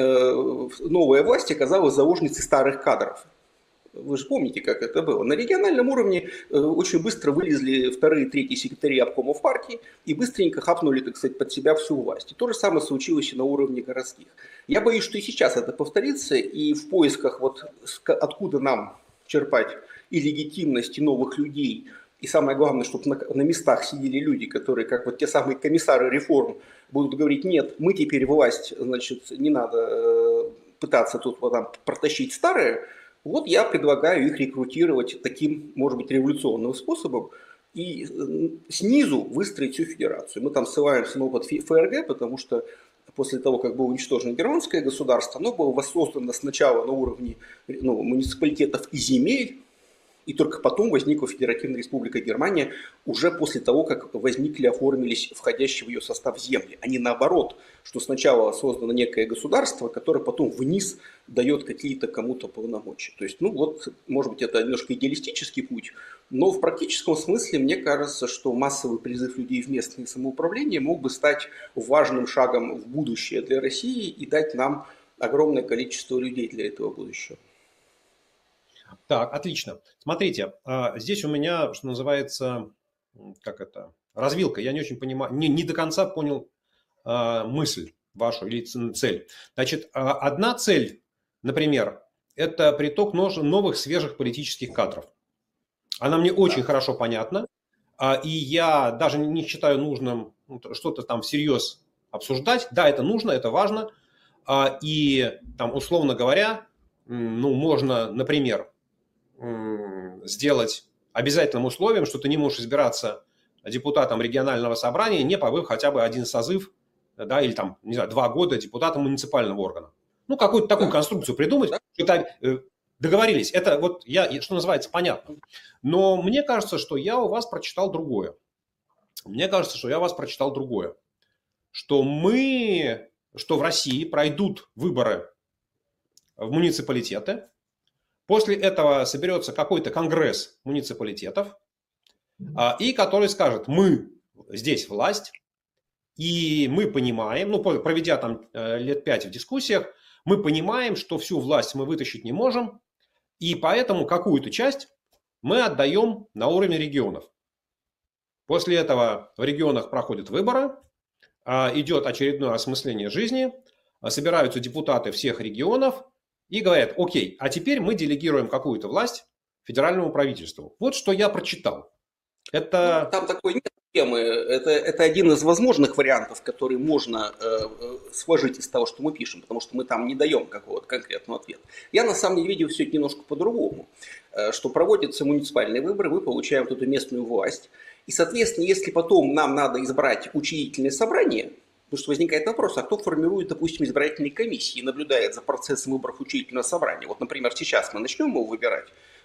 новая власть оказалась заложницей старых кадров. Вы же помните, как это было. На региональном уровне очень быстро вылезли вторые, третьи секретари обкомов партии и быстренько хапнули, так сказать, под себя всю власть. И то же самое случилось и на уровне городских. Я боюсь, что и сейчас это повторится, и в поисках, вот откуда нам черпать и легитимность, и новых людей, и самое главное, чтобы на местах сидели люди, которые, как вот те самые комиссары реформ, будут говорить: нет, мы теперь власть, значит, не надо пытаться тут вот там протащить старое. Вот я предлагаю их рекрутировать таким, может быть, революционным способом и снизу выстроить всю федерацию. Мы там ссылаемся на опыт ФРГ, потому что после того, как было уничтожено германское государство, оно было воссоздано сначала на уровне муниципалитетов и земель, и только потом возникла Федеративная Республика Германия уже после того, как возникли, оформились входящие в ее состав земли. А не наоборот, что сначала создано некое государство, которое потом вниз дает какие-то кому-то полномочия. То есть, ну вот, может быть, это немножко идеалистический путь, но в практическом смысле мне кажется, что массовый призыв людей в местное самоуправление мог бы стать важным шагом в будущее для России и дать нам огромное количество людей для этого будущего. Так, отлично. Смотрите, здесь у меня, что называется, как это, развилка. Я не очень понимаю, не до конца понял мысль вашу или цель. Значит, одна цель, например, это приток новых свежих политических кадров. Она мне очень хорошо понятна, и я даже не считаю нужным что-то там всерьез обсуждать. Да, это нужно, это важно, и там, условно говоря, ну, можно, например, сделать обязательным условием, что ты не можешь избираться депутатом регионального собрания, не побыв хотя бы один созыв, да, или там, не знаю, 2 года депутатом муниципального органа. Ну, какую-то такую конструкцию придумать. Это, договорились. Это вот, что называется, понятно. Но мне кажется, что я у вас прочитал другое. Мне кажется, что я у вас прочитал другое. Что в России пройдут выборы в муниципалитеты. После этого соберется какой-то конгресс муниципалитетов, и который скажет: мы здесь власть, и мы понимаем, ну, проведя там лет 5 в дискуссиях, мы понимаем, что всю власть мы вытащить не можем, и поэтому какую-то часть мы отдаем на уровень регионов. После этого в регионах проходят выборы, идет очередное осмысление жизни, собираются депутаты всех регионов, и говорят: окей, а теперь мы делегируем какую-то власть федеральному правительству. Вот что я прочитал. Это... Там такой нет темы. Это один из возможных вариантов, который можно сложить из того, что мы пишем, потому что мы там не даем какого-то конкретного ответа. Я на самом деле видел все это немножко по-другому. Что проводятся муниципальные выборы, мы получаем вот эту местную власть. И, соответственно, если потом нам надо избрать учредительное собрание, потому что возникает вопрос: а кто формирует, допустим, избирательные комиссии и наблюдает за процессом выборов учредительного собрания? Вот, например, сейчас мы начнем его выбирать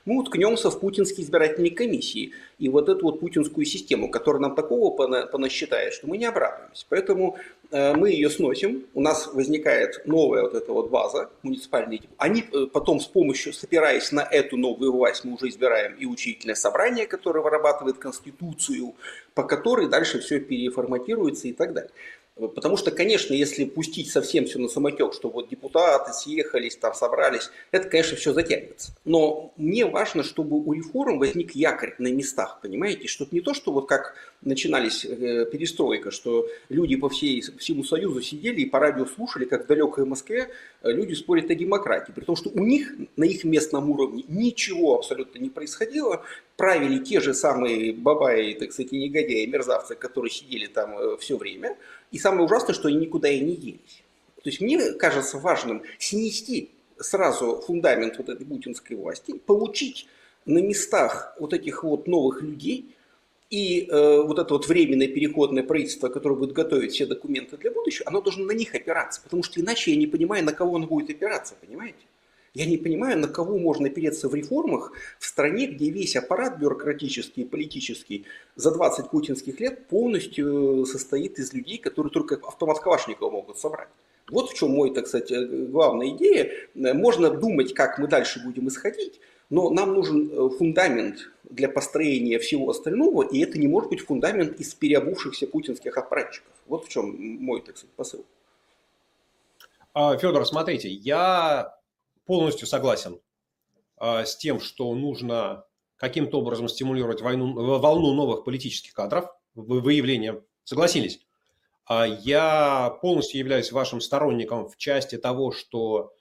мы уткнемся в путинские избирательные комиссии и вот эту вот путинскую систему, которая нам такого понасчитает, что мы не обрадуемся. Поэтому мы ее сносим, у нас возникает новая вот эта вот база муниципальная. Они потом с помощью, опираясь на эту новую власть, мы уже избираем и учредительное собрание, которое вырабатывает конституцию, по которой дальше все переформатируется и так далее. Потому что, конечно, если пустить совсем все на самотек, что вот депутаты съехались, там собрались, это, конечно, все затянется. Но мне важно, чтобы у реформ возник якорь на местах, понимаете? Чтобы не то, что вот как начинались перестройка, что люди по всему Союзу сидели и по радио слушали, как в далекой Москве люди спорят о демократии. При том, что у них на их местном уровне ничего абсолютно не происходило. Правили те же самые бабаи, так сказать, и негодяи, мерзавцы, которые сидели там все время. И самое ужасное, что они никуда и не делись. То есть мне кажется важным снести сразу фундамент вот этой путинской власти, получить на местах вот этих вот новых людей и вот это вот временное переходное правительство, которое будет готовить все документы для будущего, оно должно на них опираться. Потому что иначе я не понимаю, на кого оно будет опираться, понимаете? Я не понимаю, на кого можно опереться в реформах в стране, где весь аппарат бюрократический и политический за 20 путинских лет полностью состоит из людей, которые только автомат Калашникова могут собрать. Вот в чем мой, так сказать, главная идея. Можно думать, как мы дальше будем исходить, но нам нужен фундамент для построения всего остального, и это не может быть фундамент из переобувшихся путинских аппаратчиков. Вот в чем мой, так сказать, посыл. Федор, смотрите, я полностью согласен с тем, что нужно каким-то образом стимулировать волну новых политических кадров, выявление. Согласились? Я полностью являюсь вашим сторонником в части того, что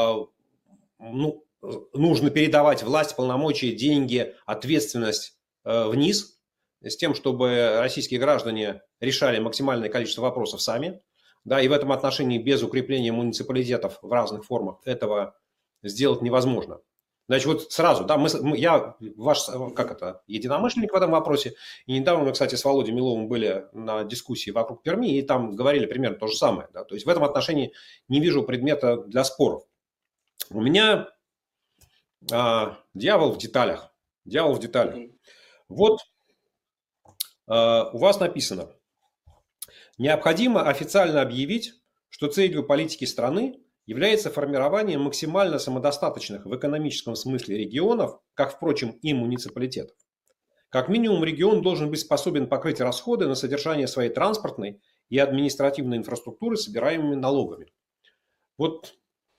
нужно передавать власть, полномочия, деньги, ответственность вниз, с тем, чтобы российские граждане решали максимальное количество вопросов сами. Да, и в этом отношении без укрепления муниципалитетов в разных формах этого сделать невозможно. Значит, вот сразу, да, я ваш, единомышленник в этом вопросе. И недавно мы, кстати, с Володей Миловым были на дискуссии вокруг Перми, и там говорили примерно то же самое. Да. То есть в этом отношении не вижу предмета для споров. У меня дьявол в деталях. Дьявол в деталях. Вот у вас написано: необходимо официально объявить, что целью политики страны является формирование максимально самодостаточных в экономическом смысле регионов, как, впрочем, и муниципалитетов. Как минимум, регион должен быть способен покрыть расходы на содержание своей транспортной и административной инфраструктуры собираемыми налогами. Вот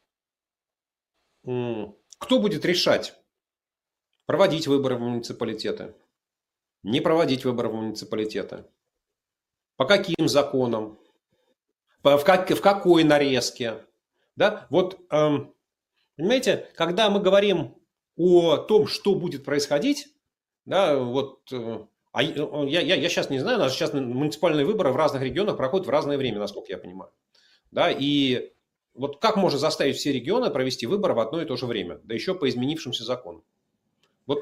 кто будет решать, проводить выборы в муниципалитеты, не проводить выборы в муниципалитеты, по каким законам, в какой нарезке? Да? Вот, понимаете, когда мы говорим о том, что будет происходить, да, вот, я сейчас не знаю, у нас сейчас муниципальные выборы в разных регионах проходят в разное время, насколько я понимаю. Да, и вот как можно заставить все регионы провести выборы в одно и то же время, да еще по изменившимся законам? Вот,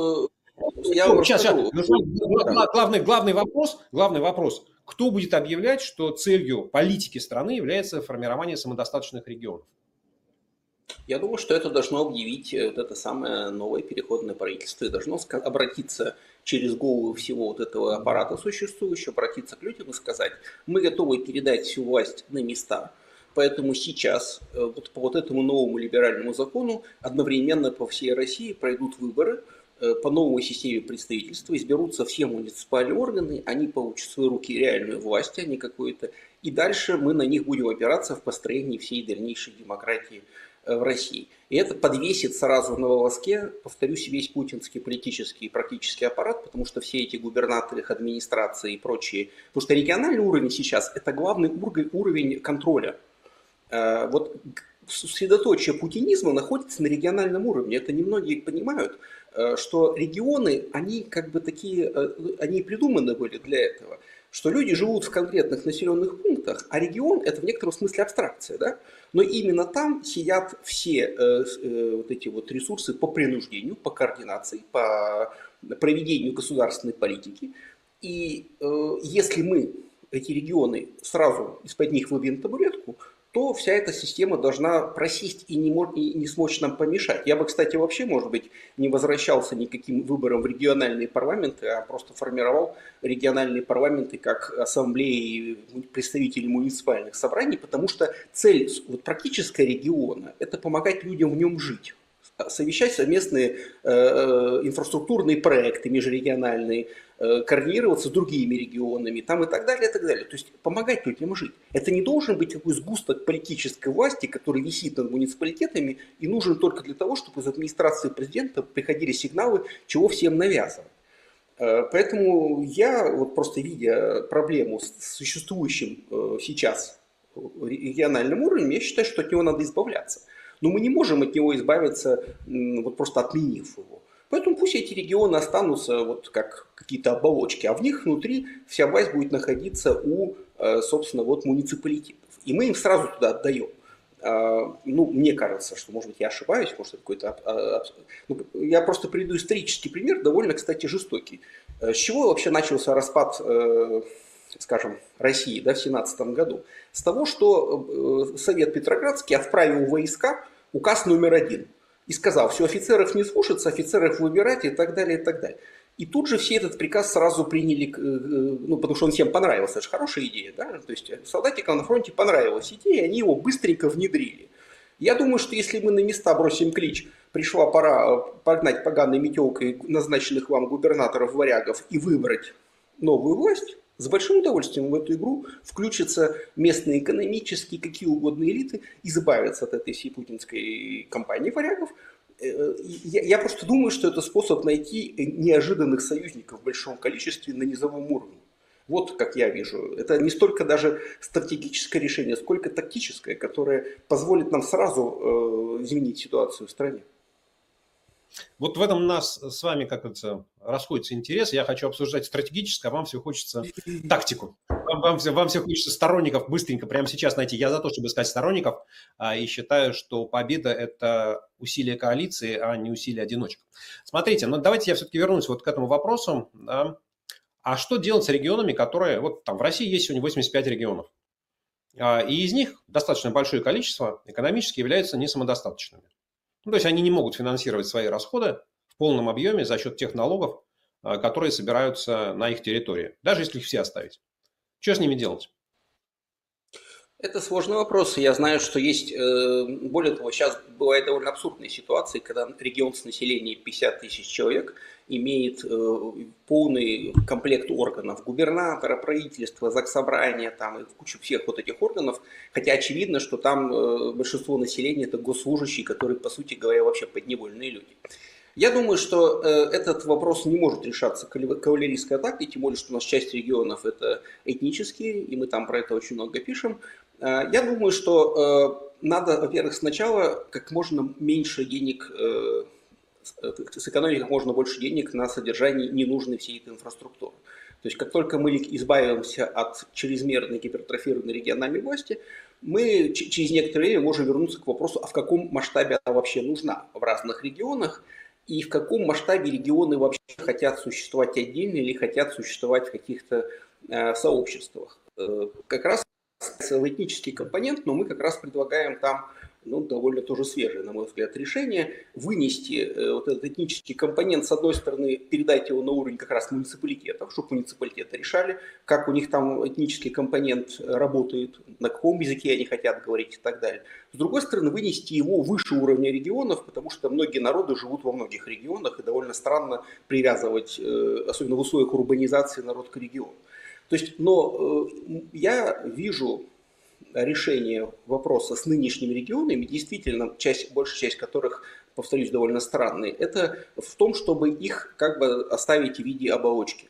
главный вопрос. Кто будет объявлять, что целью политики страны является формирование самодостаточных регионов? Я думаю, что это должно объявить вот это самое новое переходное правительство и должно обратиться через голову всего вот этого аппарата существующего, обратиться к людям и сказать: мы готовы передать всю власть на места, поэтому сейчас вот по вот этому новому либеральному закону одновременно по всей России пройдут выборы по новой системе представительства, изберутся все муниципальные органы, они получат в свои руки реальную власть, а не какую-то, и дальше мы на них будем опираться в построении всей дальнейшей демократии в России. И это подвесит сразу на волоске, повторюсь, весь путинский политический и практический аппарат, потому что все эти губернаторы, их администрации и прочие, потому что региональный уровень сейчас – это главный уровень контроля. Вот средоточие путинизма находится на региональном уровне. Это немногие понимают, что регионы, они как бы такие, они придуманы были для этого, что люди живут в конкретных населенных пунктах, а регион – это в некотором смысле абстракция, да? Но именно там сидят все вот эти вот ресурсы по принуждению, по координации, по проведению государственной политики. И если мы эти регионы сразу из-под них выбьем табуретку, то вся эта система должна просесть и не смочь нам помешать. Я бы, кстати, вообще, может быть, не возвращался никаким выборам в региональные парламенты, а просто формировал региональные парламенты как ассамблеи представителей муниципальных собраний, потому что цель вот, практическая региона – это помогать людям в нем жить, совмещать совместные инфраструктурные проекты межрегиональные, координироваться с другими регионами там, и так далее, и так далее. То есть помогать людям жить. Это не должен быть такой сгусток политической власти, который висит над муниципалитетами и нужен только для того, чтобы из администрации президента приходили сигналы, чего всем навязывать. Поэтому я, вот просто видя проблему с существующим сейчас региональным уровнем, я считаю, что от него надо избавляться. Но мы не можем от него избавиться, вот просто отменив его. Поэтому пусть эти регионы останутся вот как какие-то оболочки, а в них внутри вся власть будет находиться у, собственно, вот муниципалитетов. И мы им сразу туда отдаем. Ну, мне кажется, что, может быть, я ошибаюсь, может, это какой-то... Ну, я просто приведу исторический пример, довольно, кстати, жестокий. С чего вообще начался распад, скажем, России, да, в 17 году? С того, что Совет Петроградский отправил войска указ номер 1 и сказал, все, офицеров не слушаться, офицеров выбирать и так далее, и так далее. И тут же все этот приказ сразу приняли, ну, потому что он всем понравился, это же хорошая идея, да? То есть солдатикам на фронте понравилась идея, они его быстренько внедрили. Я думаю, что если мы на места бросим клич, пришла пора погнать поганой метелкой назначенных вам губернаторов-варягов и выбрать новую власть, с большим удовольствием в эту игру включатся местные экономические, какие угодно элиты, избавятся от этой всей путинской кампании варягов. Я просто думаю, что это способ найти неожиданных союзников в большом количестве на низовом уровне. Вот как я вижу. Это не столько даже стратегическое решение, сколько тактическое, которое позволит нам сразу изменить ситуацию в стране. Вот в этом у нас с вами, как это, расходятся интересы. Я хочу обсуждать стратегическое, а вам все хочется тактику. Вам все хочется сторонников быстренько прямо сейчас найти. Я за то, чтобы искать сторонников, и считаю, что победа – это усилие коалиции, а не усилие одиночек. Смотрите, ну давайте я все-таки вернусь вот к этому вопросу. Да. А что делать с регионами, которые… Вот там в России есть сегодня 85 регионов. И из них достаточно большое количество экономически являются несамодостаточными. Ну, то есть они не могут финансировать свои расходы в полном объеме за счет тех налогов, которые собираются на их территории, даже если их все оставить. Что с ними делать? Это сложный вопрос. Я знаю, что есть, более того, сейчас бывают довольно абсурдные ситуации, когда регион с населением 50 тысяч человек имеет полный комплект органов. Губернатора, правительства, заксобрания, там, и кучу всех вот этих органов. Хотя очевидно, что там большинство населения – это госслужащие, которые, по сути говоря, вообще подневольные люди. Я думаю, что этот вопрос не может решаться кавалерийской атакой, тем более, что у нас часть регионов это этнические, и мы там про это очень много пишем. Я думаю, что надо, во-первых, сначала как можно меньше денег, сэкономить как можно больше денег на содержание ненужной всей этой инфраструктуры. То есть, как только мы избавимся от чрезмерной гипертрофированной региональной власти, мы через некоторое время можем вернуться к вопросу, а в каком масштабе она вообще нужна в разных регионах, и в каком масштабе регионы вообще хотят существовать отдельно или хотят существовать в каких-то сообществах. Как раз этнический компонент, но мы как раз предлагаем там довольно тоже свежее, на мой взгляд, решение вынести вот этот этнический компонент, с одной стороны, передать его на уровень как раз муниципалитетов, чтобы муниципалитеты решали, как у них там этнический компонент работает, на каком языке они хотят говорить и так далее. С другой стороны, вынести его выше уровня регионов, потому что многие народы живут во многих регионах, и довольно странно привязывать, особенно в условиях урбанизации, народ к региону. То есть, но я вижу решение вопроса с нынешними регионами, действительно, большая часть которых, повторюсь, довольно странные, это в том, чтобы их как бы оставить в виде оболочки,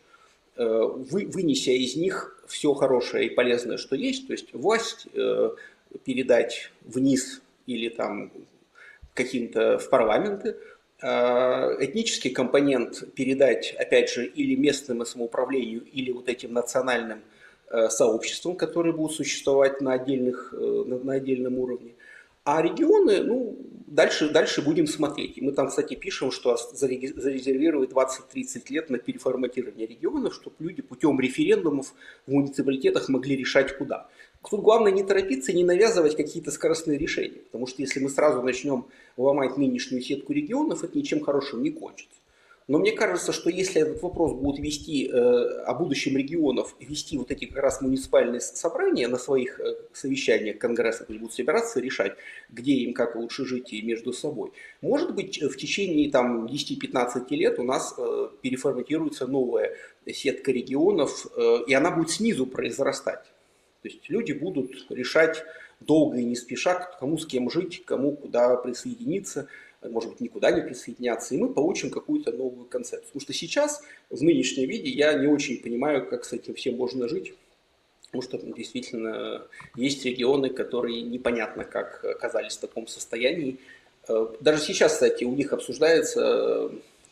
вынеся из них все хорошее и полезное, что есть, то есть власть передать вниз или там каким-то в парламенты, этнический компонент передать, опять же, или местному самоуправлению, или вот этим национальным сообществам, которые будут существовать на отдельном уровне. А регионы, ну, дальше будем смотреть. И мы там, кстати, пишем, что зарезервировать 20-30 лет на переформатирование регионов, чтобы люди путем референдумов в муниципалитетах могли решать куда. Тут главное не торопиться и не навязывать какие-то скоростные решения. Потому что если мы сразу начнем ломать нынешнюю сетку регионов, это ничем хорошим не кончится. Но мне кажется, что если этот вопрос будут вести о будущем регионов, вести вот эти как раз муниципальные собрания на своих совещаниях Конгресса, где будут собираться решать, где им как лучше жить и между собой, может быть, в течение там, 10-15 лет у нас переформатируется новая сетка регионов, и она будет снизу произрастать. То есть люди будут решать долго и не спеша, кому с кем жить, кому куда присоединиться, может быть, никуда не присоединяться, и мы получим какую-то новую концепцию. Потому что сейчас, в нынешнем виде, я не очень понимаю, как с этим всем можно жить, потому что действительно есть регионы, которые непонятно как оказались в таком состоянии. Даже сейчас, кстати, у них обсуждается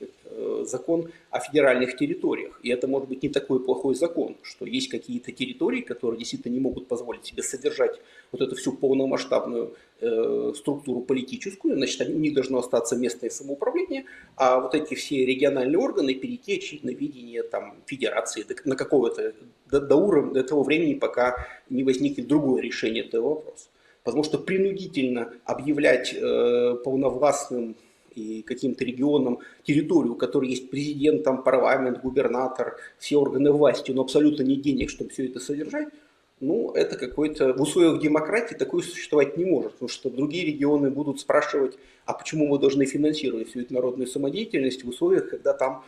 закон о федеральных территориях. И это может быть не такой плохой закон, что есть какие-то территории, которые действительно не могут позволить себе содержать вот эту всю полномасштабную структуру политическую, значит, у них должно остаться местное самоуправление, а вот эти все региональные органы перейти, очевидно, в видение там, федерации на какого-то до уровня, до того времени, пока не возникнет другое решение этого вопроса. Потому что принудительно объявлять полновластным и каким-то регионам территорию, у которой есть президент, там, парламент, губернатор, все органы власти, но абсолютно нет денег, чтобы все это содержать, ну, это какой-то... В условиях демократии такое существовать не может, потому что другие регионы будут спрашивать, а почему мы должны финансировать всю эту народную самодеятельность в условиях, когда там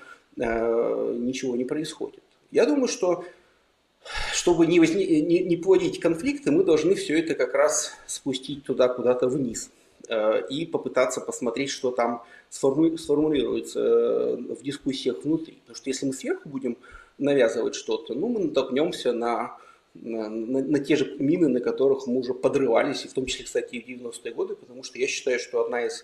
ничего не происходит. Я думаю, что чтобы не плодить конфликты, мы должны все это как раз спустить туда куда-то вниз и попытаться посмотреть, что там сформулируется в дискуссиях внутри. Потому что если мы сверху будем навязывать что-то, ну, мы натолкнемся на те же мины, на которых мы уже подрывались, и в том числе, кстати, и в 90-е годы, потому что я считаю, что одна из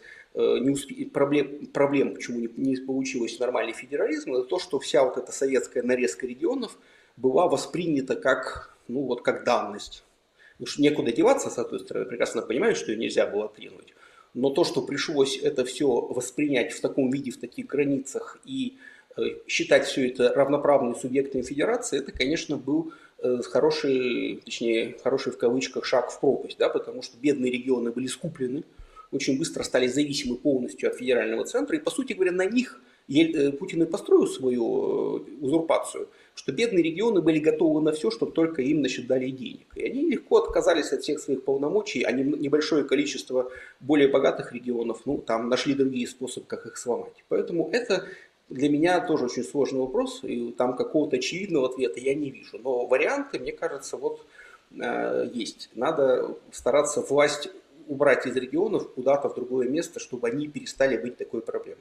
проблем, почему не получилось нормальный федерализм, это то, что вся вот эта советская нарезка регионов была воспринята как, ну, вот, как данность. Потому что некуда деваться, с одной стороны, прекрасно понимаю, что ее нельзя было отринуть. Но то, что пришлось это все воспринять в таком виде, в таких границах и считать все это равноправными субъектами федерации, это, конечно, был хороший, точнее, хороший в кавычках шаг в пропасть, да, потому что бедные регионы были скуплены, очень быстро стали зависимы полностью от федерального центра, и, по сути говоря, на них Путин и построил свою узурпацию, что бедные регионы были готовы на все, чтобы только им, значит, дали денег. И они легко отказались от всех своих полномочий, а небольшое количество более богатых регионов, ну, там нашли другие способы, как их сломать. Поэтому это для меня тоже очень сложный вопрос, и там какого-то очевидного ответа я не вижу. Но варианты, мне кажется, вот есть. Надо стараться власть убрать из регионов куда-то в другое место, чтобы они перестали быть такой проблемой.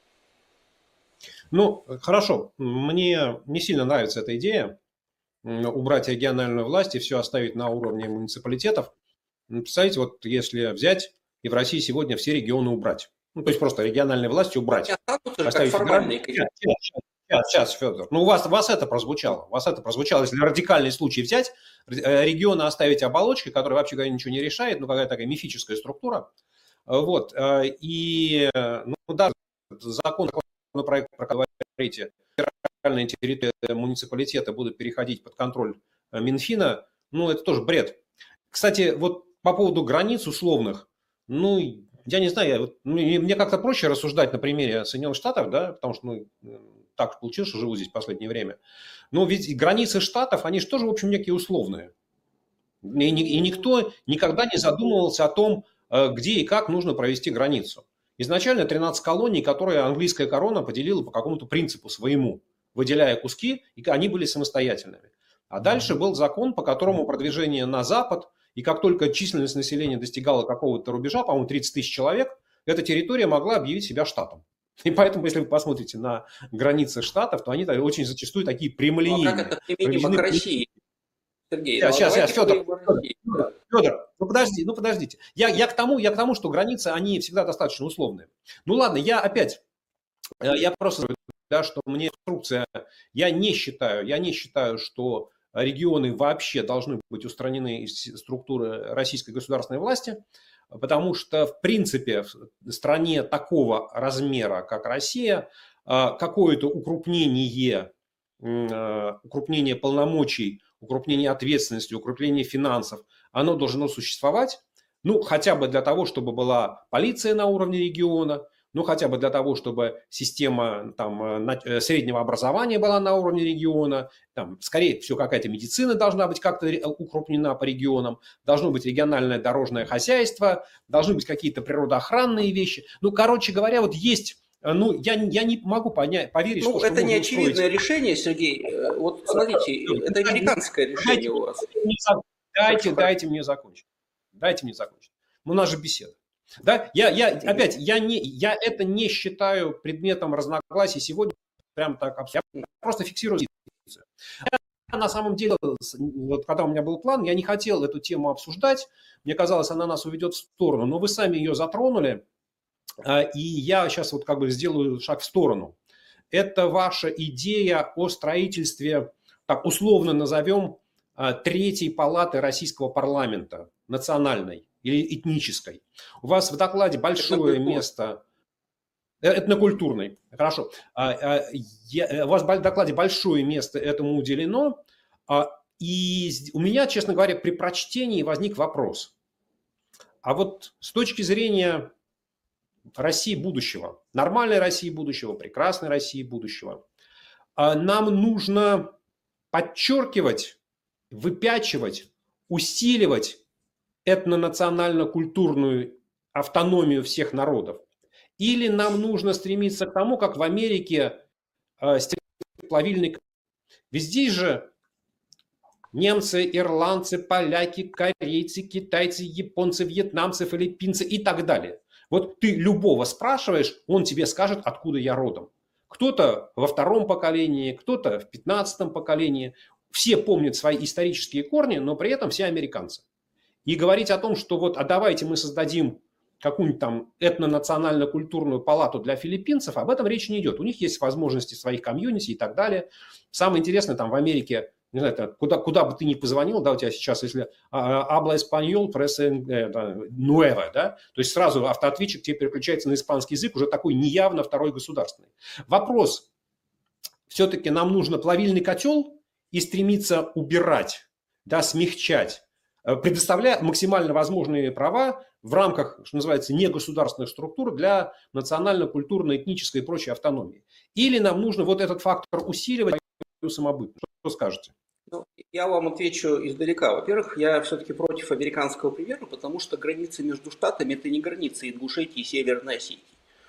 Ну, хорошо. Мне не сильно нравится эта идея убрать региональную власть и все оставить на уровне муниципалитетов. Представляете, вот если взять и в России сегодня все регионы убрать. Ну, то есть просто региональные власти убрать. Оставить формальные. Сейчас, Федор. Ну, у вас это прозвучало. У вас это прозвучало. Если радикальный случай взять, регионы оставить оболочкой, которая, вообще говоря, ничего не решает, ну, какая-то такая мифическая структура. Вот. И, ну, да, законопроект, про который вы говорите, федеральные территории муниципалитета будут переходить под контроль Минфина, ну, это тоже бред. Кстати, вот по поводу границ условных, ну, я не знаю, мне как-то проще рассуждать на примере Соединенных Штатов, да, потому что, ну, так получилось, что живу здесь в последнее время. Но ведь границы штатов, они же тоже, в общем, некие условные. И никто никогда не задумывался о том, где и как нужно провести границу. Изначально 13 колоний, которые английская корона поделила по какому-то принципу своему, выделяя куски, и они были самостоятельными. А дальше был закон, по которому продвижение на запад, и как только численность населения достигала какого-то рубежа, по-моему, 30 тысяч человек, эта территория могла объявить себя штатом. И поэтому, если вы посмотрите на границы штатов, то они очень зачастую такие прямолинейные. Ну, а как это применимо к России? Сергей, сейчас, Федор, ну подождите. Я к тому, что границы, они всегда достаточно условные. Ну ладно, я просто, да, что мне инструкция, я не считаю, что регионы вообще должны быть устранены из структуры российской государственной власти, потому что, в принципе, в стране такого размера, как Россия, какое-то укрупнение полномочий, укрупнение ответственности, укрупнение финансов, оно должно существовать, ну, хотя бы для того, чтобы была полиция на уровне региона, ну, хотя бы для того, чтобы система там, среднего образования была на уровне региона, там, скорее всего, какая-то медицина должна быть как-то укрупнена по регионам, должно быть региональное дорожное хозяйство, должны быть какие-то природоохранные вещи. Ну, короче говоря, вот есть... Ну, я не могу поверить, Ну, что это не можно очевидное устроить... решение, Сергей. Вот смотрите, это американское решение у вас. Дайте мне закончить. Дайте мне закончить. У нас же беседа. Да? Я это не считаю предметом разногласий сегодня. Прям так. Я просто фиксирую позицию. Я, на самом деле, вот когда у меня был план, я не хотел эту тему обсуждать. Мне казалось, она нас уведет в сторону. Но вы сами ее затронули. И я сейчас вот как бы сделаю шаг в сторону. Это ваша идея о строительстве, так условно назовем, третьей палаты российского парламента, национальной или этнической. У вас в докладе большое место... Этнокультурной, хорошо. У вас в докладе большое место этому уделено. И у меня, честно говоря, при прочтении возник вопрос. А вот с точки зрения России будущего, нормальной России будущего, прекрасной России будущего, нам нужно подчеркивать, выпячивать, усиливать этнонационально-культурную автономию всех народов. Или нам нужно стремиться к тому, как в Америке плавильный... Ведь здесь же немцы, ирландцы, поляки, корейцы, китайцы, японцы, вьетнамцы, филиппинцы и так далее. Вот ты любого спрашиваешь, он тебе скажет, откуда я родом. Кто-то во втором поколении, кто-то в 15-м поколении. Все помнят свои исторические корни, но при этом все американцы. И говорить о том, что вот, а давайте мы создадим какую-нибудь там этнонационально-культурную палату для филиппинцев, об этом речи не идет. У них есть возможности своих комьюнити и так далее. Самое интересное, там в Америке, не знаю, куда бы ты ни позвонил, да, у тебя сейчас, если habla español, presa nueva, да, то есть сразу автоответчик тебе переключается на испанский язык, уже такой неявно второй государственный. Вопрос, все-таки нам нужно плавильный котел и стремиться убирать, да, смягчать, предоставляя максимально возможные права в рамках, что называется, негосударственных структур для национально-культурной, этнической и прочей автономии. Или нам нужно вот этот фактор усиливать самобытно. Что скажете? Ну, я вам отвечу издалека. Во-первых, я все-таки против американского примера, потому что границы между штатами – это не границы Ингушетии и Северной Осетии.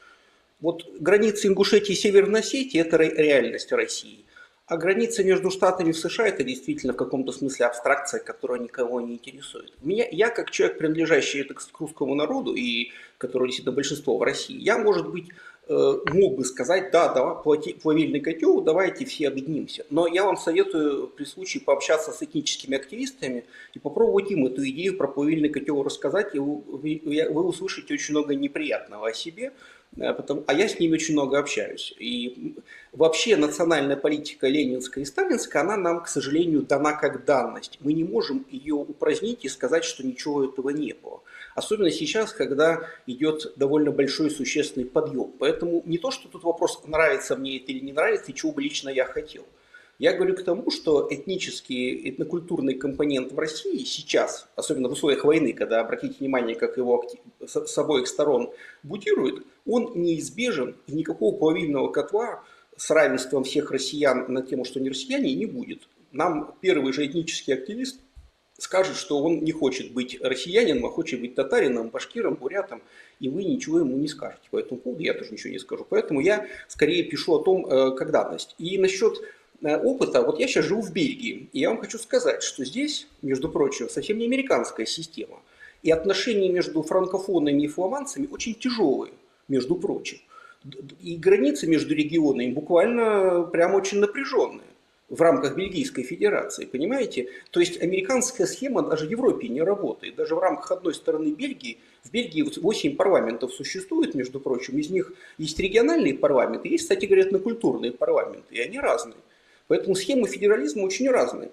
Вот границы Ингушетии и Северной Осетии – это реальность России. А граница между штатами в США – это действительно в каком-то смысле абстракция, которая никого не интересует. Я как человек, принадлежащий к русскому народу, и который действительно большинство в России, я, может быть, мог бы сказать, да, плавильный котел, давайте все объединимся. Но я вам советую при случае пообщаться с этническими активистами и попробовать им эту идею про плавильный котел рассказать, и вы услышите очень много неприятного о себе, а я с ними очень много общаюсь. И вообще национальная политика ленинская и сталинская, она нам, к сожалению, дана как данность. Мы не можем ее упразднить и сказать, что ничего этого не было. Особенно сейчас, когда идет довольно большой существенный подъем. Поэтому не то, что тут вопрос, нравится мне это или не нравится, и чего бы лично я хотел. Я говорю к тому, что этнический, этнокультурный компонент в России сейчас, особенно в условиях войны, когда, обратите внимание, как его с обоих сторон бутирует, он неизбежен, и никакого плавильного котла с равенством всех россиян на тему, что не россияне, не будет. Нам первый же этнический активист скажет, что он не хочет быть россиянином, а хочет быть татарином, башкиром, бурятом, и вы ничего ему не скажете. По этому поводу я тоже ничего не скажу. Поэтому я скорее пишу о том, как данность. И насчет опыта, вот я сейчас живу в Бельгии, и я вам хочу сказать, что здесь, между прочим, совсем не американская система. И отношения между франкофонами и фламандцами очень тяжелые, между прочим. И границы между регионами буквально прям очень напряженные в рамках Бельгийской Федерации, понимаете? То есть американская схема даже в Европе не работает. Даже в рамках одной стороны Бельгии, в Бельгии 8 парламентов существует, между прочим, из них есть региональные парламенты, есть, кстати говоря, этнокультурные парламенты, и они разные. Поэтому схемы федерализма очень разные.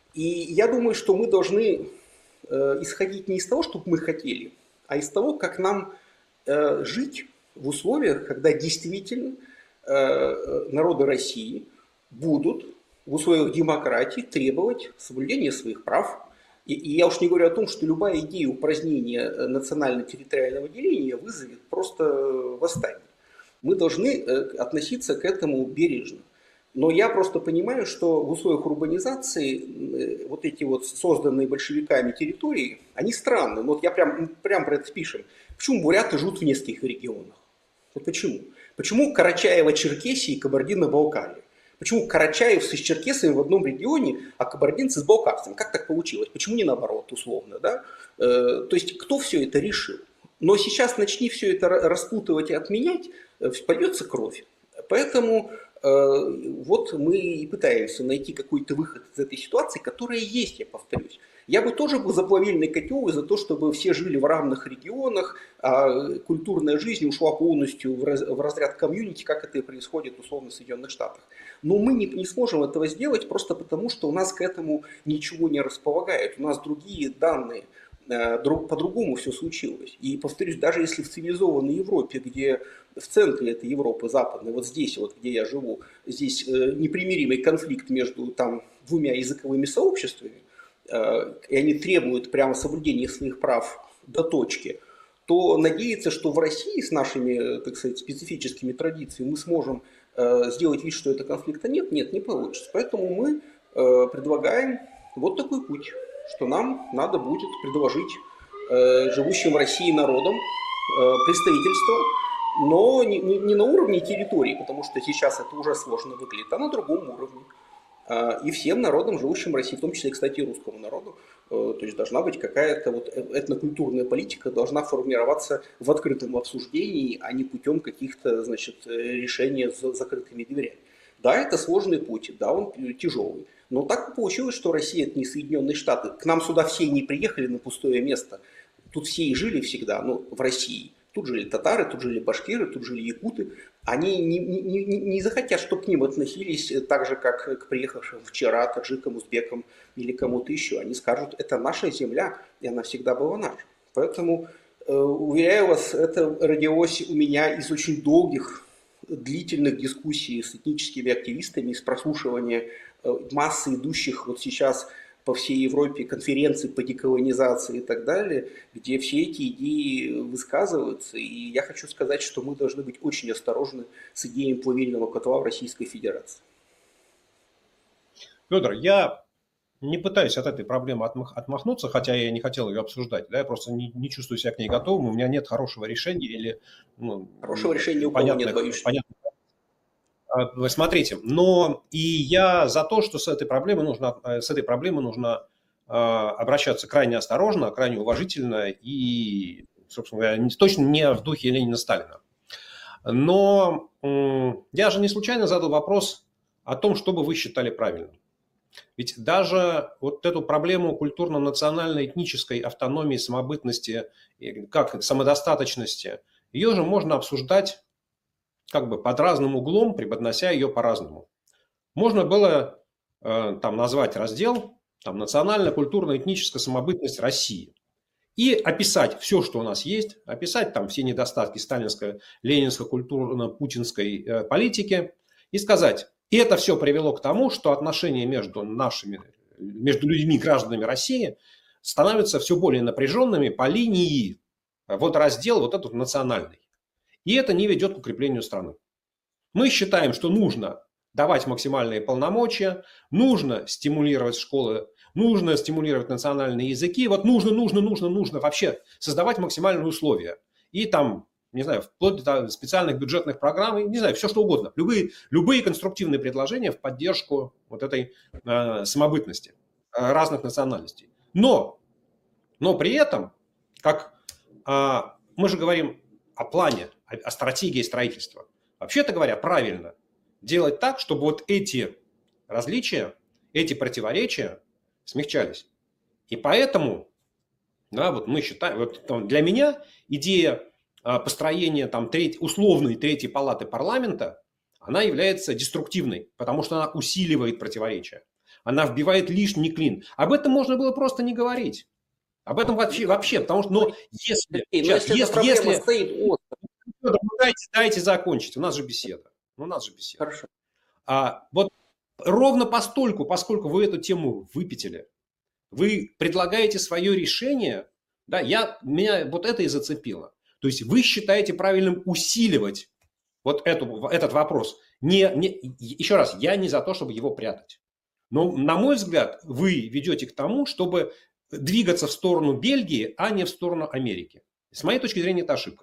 И я думаю, что мы должны исходить не из того, что мы хотели, а из того, как нам жить в условиях, когда действительно народы России будут в условиях демократии требовать соблюдения своих прав. И я уж не говорю о том, что любая идея упразднения национально-территориального деления вызовет просто восстание. Мы должны относиться к этому бережно. Но я просто понимаю, что в условиях урбанизации вот эти вот созданные большевиками территории, они странные. Вот я прям про это пишем. Почему буряты живут в нескольких регионах? Вот почему? Почему Карачаево-Черкесия и Кабардино-Балкария? Почему карачаевцы с черкесами в одном регионе, а кабардинцы с балкарцами? Как так получилось? Почему не наоборот, условно? Да? То есть кто все это решил? Но сейчас начни все это распутывать и отменять, польется кровь. Поэтому вот мы и пытаемся найти какой-то выход из этой ситуации, которая есть, я повторюсь. Я бы тоже был за плавильный котел и за то, чтобы все жили в равных регионах, а культурная жизнь ушла полностью в разряд комьюнити, как это и происходит условно в Соединенных Штатах. Но мы не сможем этого сделать просто потому, что у нас к этому ничего не располагает. У нас другие данные, по-другому все случилось. И повторюсь, даже если в цивилизованной Европе, где в центре этой Европы западной, вот здесь, вот где я живу, здесь непримиримый конфликт между там двумя языковыми сообществами, и они требуют прямо соблюдения своих прав до точки, то надеяться, что в России с нашими, так сказать, специфическими традициями мы сможем сделать вид, что этого конфликта нет, не получится. Поэтому мы предлагаем вот такой путь, что нам надо будет предложить живущим в России народам представительство, но не на уровне территории, потому что сейчас это уже сложно выглядит, а на другом уровне. И всем народам, живущим в России, в том числе, кстати, и русскому народу, то есть должна быть какая-то вот этнокультурная политика, должна формироваться в открытом обсуждении, а не путем каких-то, значит, решений с закрытыми дверями. Да, это сложный путь, да, он тяжелый. Но так получилось, что Россия – это не Соединенные Штаты. К нам сюда все не приехали на пустое место. Тут все и жили всегда, ну, в России. Тут жили татары, тут жили башкиры, тут жили якуты. Они не захотят, чтобы к ним относились так же, как к приехавшим вчера таджикам, узбекам или кому-то еще. Они скажут, это наша земля, и она всегда была наша. Поэтому, уверяю вас, это родилось у меня из очень долгих, длительных дискуссий с этническими активистами, из прослушивания массы идущих вот сейчас по всей Европе конференций по деколонизации и так далее, где все эти идеи высказываются. И я хочу сказать, что мы должны быть очень осторожны с идеей плавильного котла в Российской Федерации. Федор, я не пытаюсь от этой проблемы отмахнуться, хотя я не хотел ее обсуждать. Да, я просто не чувствую себя к ней готовым, у меня нет хорошего решения или хорошего решения у кого нет, боюсь. Вы смотрите, но и я за то, что с этой проблемой нужно обращаться крайне осторожно, крайне уважительно и, собственно говоря, точно не в духе Ленина Сталина. Но я же не случайно задал вопрос о том, что бы вы считали правильным. Ведь даже вот эту проблему культурно-национальной этнической автономии, самобытности, как самодостаточности, ее же можно обсуждать как бы под разным углом, преподнося ее по-разному. Можно было там назвать раздел там, «Национальная, культурная, этническая самобытность России» и описать все, что у нас есть, описать там все недостатки сталинской, ленинской, культурно-путинской политики и сказать, и это все привело к тому, что отношения между людьми, гражданами России становятся все более напряженными по линии вот раздел вот этот национальный. И это не ведет к укреплению страны. Мы считаем, что нужно давать максимальные полномочия, нужно стимулировать школы, нужно стимулировать национальные языки, вот нужно вообще создавать максимальные условия. И там, не знаю, вплоть до специальных бюджетных программ, не знаю, все что угодно. Любые конструктивные предложения в поддержку вот этой самобытности разных национальностей. Но при этом, как мы же говорим о плане, о стратегии строительства. Вообще-то говоря, правильно делать так, чтобы вот эти различия, эти противоречия смягчались. И поэтому, да, вот мы считаем, вот для меня идея построения там условной третьей палаты парламента, она является деструктивной, потому что она усиливает противоречия. она вбивает лишний клин. Об этом можно было просто не говорить. Об этом вообще, потому что, но если, Сергей, но сейчас, если эта проблема стоит остро, Федор, ну дайте закончить, у нас же беседа. У нас же беседа. хорошо. Вот ровно поскольку вы эту тему выпятили, вы предлагаете свое решение, да, меня вот это и зацепило. То есть вы считаете правильным усиливать вот этот вопрос. Еще раз, я не за то, чтобы его прятать. Но, на мой взгляд, вы ведете к тому, чтобы двигаться в сторону Бельгии, а не в сторону Америки. С моей точки зрения, это ошибка.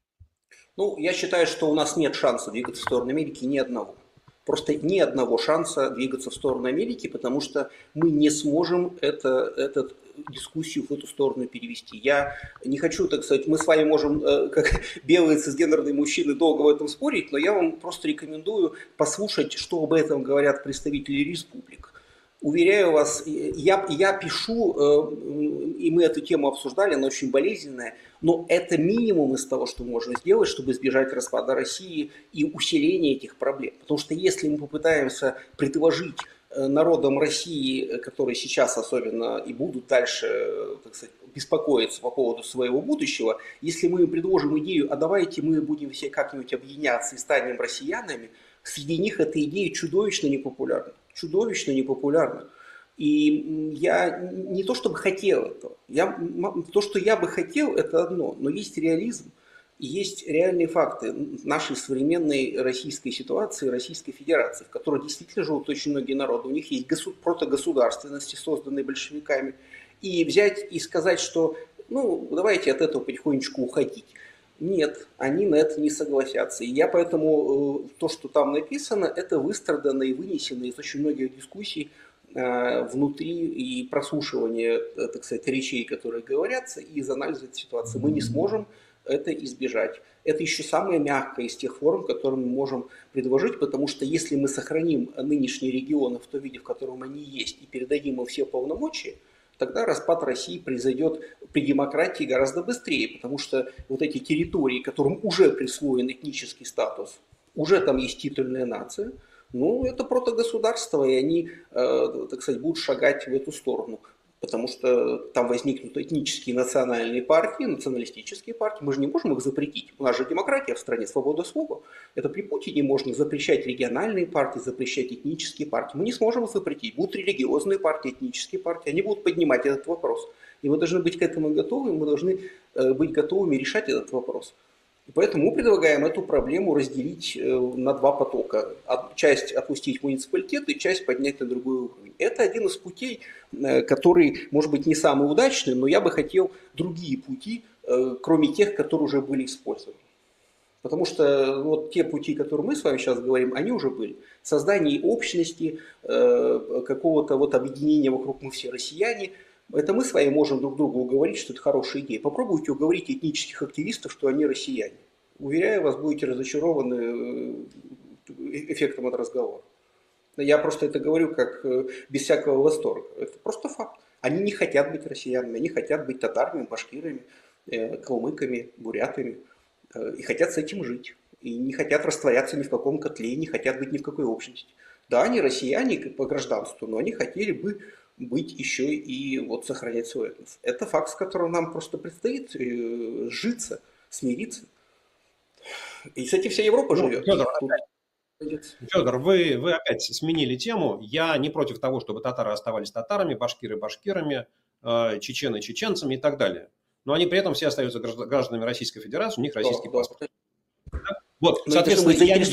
Ну, я считаю, что у нас нет шанса двигаться в сторону Америки ни одного. Просто ни одного шанса двигаться в сторону Америки, потому что мы не сможем эту дискуссию в эту сторону перевести. Я не хочу, так сказать, мы с вами можем, как белые цисгендерные мужчины, долго в этом спорить, но я вам просто рекомендую послушать, что об этом говорят представители республик. Уверяю вас, я пишу, и мы эту тему обсуждали, она очень болезненная, но это минимум из того, что можно сделать, чтобы избежать распада России и усиления этих проблем. Потому что если мы попытаемся предложить народам России, которые сейчас особенно и будут дальше, так сказать, беспокоиться по поводу своего будущего, если мы им предложим идею, а давайте мы будем все как-нибудь объединяться и станем россиянами, среди них эта идея чудовищно непопулярна. Чудовищно непопулярна. И я не то чтобы хотел этого. То, что я бы хотел, это одно. Но есть реализм, и есть реальные факты нашей современной российской ситуации, Российской Федерации, в которой действительно живут очень многие народы. У них есть протогосударственности, созданные большевиками. И взять и сказать, что ну давайте от этого потихонечку уходить. Нет, они на это не согласятся. И я поэтому то, что там написано, это выстрадано и вынесено из очень многих дискуссий внутри и прослушивания, так сказать, речей, которые говорятся, и из анализа этой ситуации. Мы не сможем это избежать. Это еще самое мягкое из тех форм, которые мы можем предложить, потому что если мы сохраним нынешние регионы в том виде, в котором они есть, и передадим им все полномочия, тогда распад России произойдет при демократии гораздо быстрее, потому что вот эти территории, которым уже присвоен этнический статус, уже там есть титульная нация, ну, это протогосударство, и они, так сказать, будут шагать в эту сторону. Потому что там возникнут этнические национальные партии, националистические партии. Мы же не можем их запретить. У нас же демократия в стране, свобода слова. Это при Путине можно запрещать региональные партии, запрещать этнические партии. Мы не сможем их запретить. Будут религиозные партии, этнические партии. Они будут поднимать этот вопрос. И мы должны быть к этому готовы, мы должны быть готовыми решать этот вопрос. И поэтому мы предлагаем эту проблему разделить на два потока. Часть отпустить в муниципалитет и часть поднять на другой уровень. Это один из путей, который, может быть, не самый удачный, но я бы хотел другие пути, кроме тех, которые уже были использованы. Потому что вот те пути, которые мы с вами сейчас говорим, они уже были. Создание общности, какого-то вот объединения вокруг «мы все россияне». Это мы с вами можем друг другу уговорить, что это хорошая идея. Попробуйте уговорить этнических активистов, что они россияне. Уверяю вас, будете разочарованы эффектом от разговора. Я просто это говорю как без всякого восторга. Это просто факт. Они не хотят быть россиянами, они хотят быть татарами, башкирами, калмыками, бурятами. И хотят с этим жить. И не хотят растворяться ни в каком котле, не хотят быть ни в какой общности. Да, они россияне по гражданству, но они хотели бы быть еще и вот сохранять свой этнос. Это факт, с которым нам просто предстоит сжиться, смириться. И с этим вся Европа живет. Федор, вы опять сменили тему. Я не против того, чтобы татары оставались татарами, башкиры башкирами, чечены чеченцами и так далее. Но они при этом все остаются гражданами Российской Федерации, у них российский паспорт. Вот, соответственно,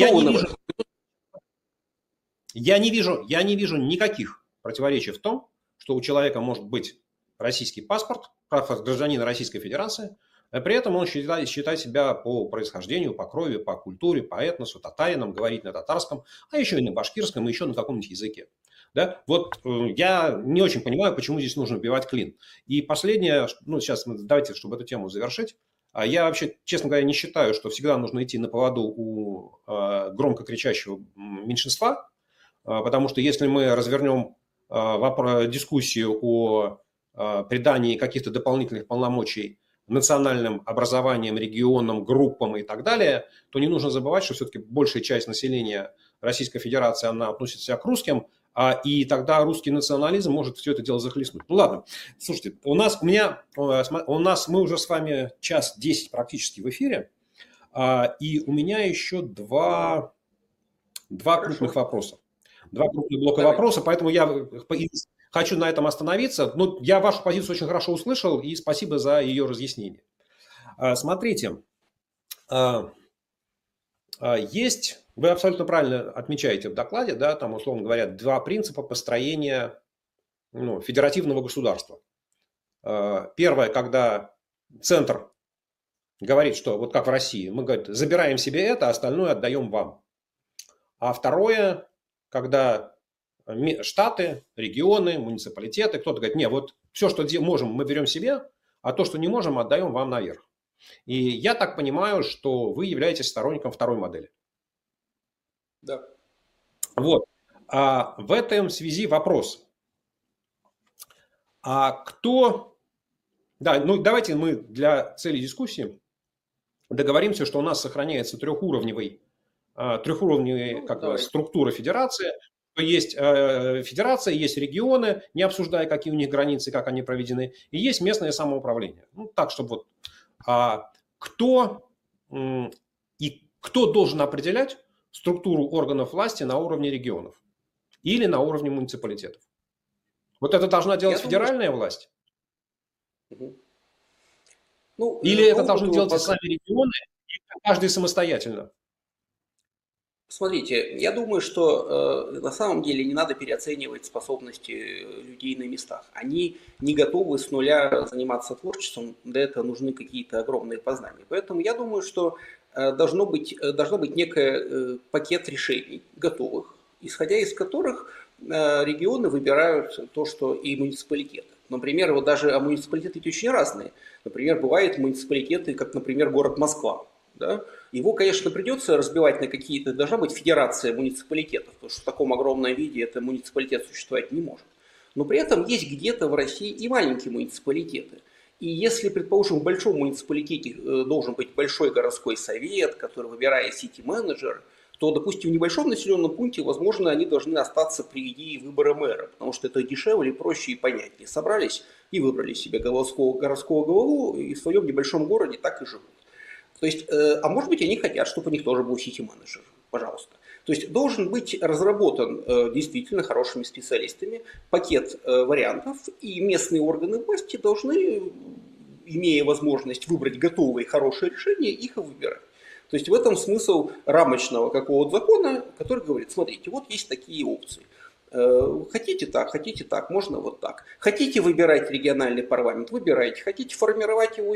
я не вижу никаких противоречий в том, что у человека может быть российский паспорт, гражданина Российской Федерации, а при этом он считает себя по происхождению, по крови, по культуре, по этносу, татарином, говорить на татарском, а еще и на башкирском, и еще на каком-нибудь языке. Да? Вот я не очень понимаю, почему здесь нужно вбивать клин. И последнее, ну сейчас давайте, чтобы эту тему завершить, я вообще, честно говоря, не считаю, что всегда нужно идти на поводу у громко кричащего меньшинства, потому что если мы развернем дискуссию о придании каких-то дополнительных полномочий национальным образованиям, регионам, группам и так далее, то не нужно забывать, что все-таки большая часть населения Российской Федерации, она относится к русским, И тогда русский национализм может все это дело захлестнуть. Ну ладно, слушайте, мы уже с вами час 10 практически в эфире, и у меня еще два крупных вопроса. Два крупных блока вопроса, поэтому я хочу на этом остановиться. Ну, я вашу позицию очень хорошо услышал, и спасибо за ее разъяснение. Смотрите, есть, вы абсолютно правильно отмечаете в докладе, да, там, условно говоря, два принципа построения федеративного государства. Первое, когда центр говорит, что вот как в России, мы говорим, забираем себе это, остальное отдаем вам. А второе, когда штаты, регионы, муниципалитеты, кто-то говорит, не, вот все, что можем, мы берем себе, а то, что не можем, отдаем вам наверх. И я так понимаю, что вы являетесь сторонником второй модели. Да. Вот. В этом связи вопрос. Кто... Да, ну давайте мы для цели дискуссии договоримся, что у нас сохраняется трехуровневая структура федерации. Есть федерация, есть регионы, не обсуждая, какие у них границы, как они проведены, и есть местное самоуправление. Ну, так, чтобы вот кто должен определять структуру органов власти на уровне регионов или на уровне муниципалитетов? Вот это должна делать федеральная власть? Или это должны делать и сами регионы, и каждый самостоятельно? Смотрите, я думаю, что на самом деле не надо переоценивать способности людей на местах. Они не готовы с нуля заниматься творчеством, для этого нужны какие-то огромные познания. Поэтому я думаю, что должно быть некий пакет решений готовых, исходя из которых регионы выбирают то, что и муниципалитеты. Например, вот даже муниципалитеты ведь очень разные. Например, бывают муниципалитеты, как, например, город Москва. Да? Его, конечно, придется разбивать на какие-то, должна быть федерация муниципалитетов, потому что в таком огромном виде это муниципалитет существовать не может. Но при этом есть где-то в России и маленькие муниципалитеты. И если, предположим, в большом муниципалитете должен быть большой городской совет, который выбирает сити-менеджер, то, допустим, в небольшом населенном пункте, возможно, они должны остаться при идее выбора мэра, потому что это дешевле, проще и понятнее. Собрались и выбрали себе городского главу, и в своем небольшом городе так и живут. То есть, а может быть, они хотят, чтобы у них тоже был сити-менеджер, пожалуйста. То есть должен быть разработан действительно хорошими специалистами пакет вариантов, и местные органы власти должны, имея возможность выбрать готовые хорошие решения, их и выбирать. То есть в этом смысл рамочного какого-то закона, который говорит, смотрите, вот есть такие опции. Хотите так, можно вот так. Хотите выбирать региональный парламент, выбирайте. Хотите формировать его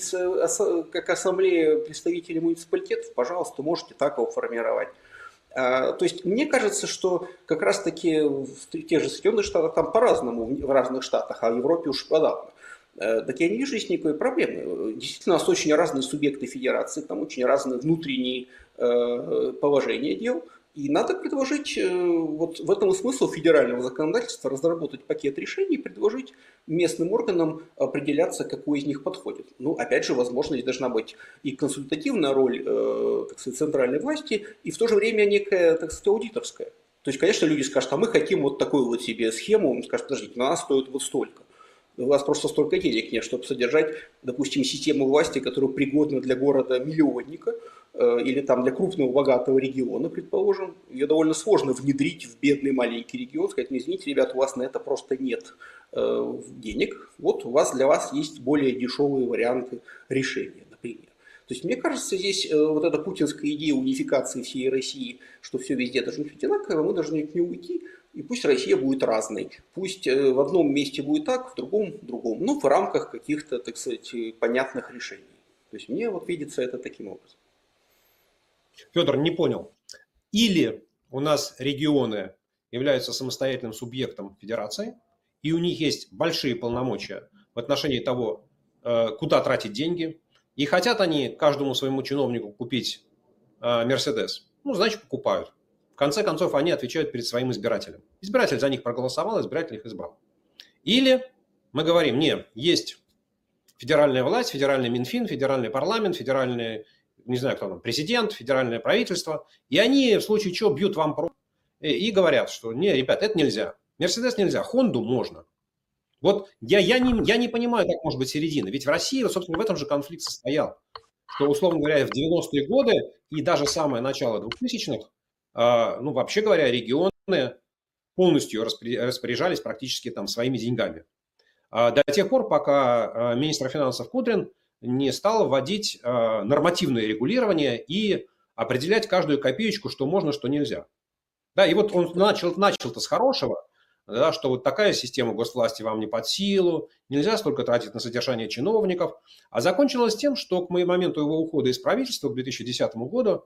как ассамблея представителей муниципалитетов, пожалуйста, можете так его формировать. То есть мне кажется, что как раз таки в тех же Соединенных Штатах там по-разному, в разных штатах, а в Европе уж подавно. Так я не вижу здесь никакой проблемы. Действительно, у нас очень разные субъекты федерации, там очень разные внутренние положения дел. И надо предложить, вот в этом смысл федерального законодательства, разработать пакет решений и предложить местным органам определяться, какой из них подходит. Ну, опять же, возможно, здесь должна быть и консультативная роль, так сказать, центральной власти, и в то же время некая, так сказать, аудиторская. То есть, конечно, люди скажут, а мы хотим вот такую вот себе схему, он скажет, подождите, на нас стоит вот столько. У вас просто столько денег нет, чтобы содержать, допустим, систему власти, которая пригодна для города-миллионника или там для крупного богатого региона, предположим. Ее довольно сложно внедрить в бедный маленький регион, сказать, ну, извините, ребят, у вас на это просто нет денег. Вот для вас есть более дешевые варианты решения, например. То есть, мне кажется, здесь вот эта путинская идея унификации всей России, что все везде должно быть одинаково, мы должны от нее уйти. И пусть Россия будет разной. Пусть в одном месте будет так, в другом – другом. Но в рамках каких-то, так сказать, понятных решений. То есть мне вот видится это таким образом. Федор, не понял. Или у нас регионы являются самостоятельным субъектом федерации, и у них есть большие полномочия в отношении того, куда тратить деньги. И хотят они каждому своему чиновнику купить Мерседес. Ну, значит, покупают. В конце концов, они отвечают перед своим избирателем. Избиратель за них проголосовал, избиратель их избрал. Или мы говорим, нет, есть федеральная власть, федеральный Минфин, федеральный парламент, федеральный, не знаю, кто там, президент, федеральное правительство, и они в случае чего бьют вам и говорят, что не, ребят, это нельзя. Мерседес нельзя, Хонду можно. Вот я не понимаю, как может быть середина. Ведь в России, собственно, в этом же конфликт состоял. Что, условно говоря, в 90-е годы и даже самое начало 2000-х, ну, вообще говоря, регионы полностью распоряжались практически там своими деньгами. До тех пор, пока министр финансов Кудрин не стал вводить нормативное регулирование и определять каждую копеечку, что можно, что нельзя. Да, и вот он начал-то с хорошего, да, что вот такая система госвласти вам не под силу, нельзя столько тратить на содержание чиновников, а закончилось тем, что к моменту его ухода из правительства к 2010 году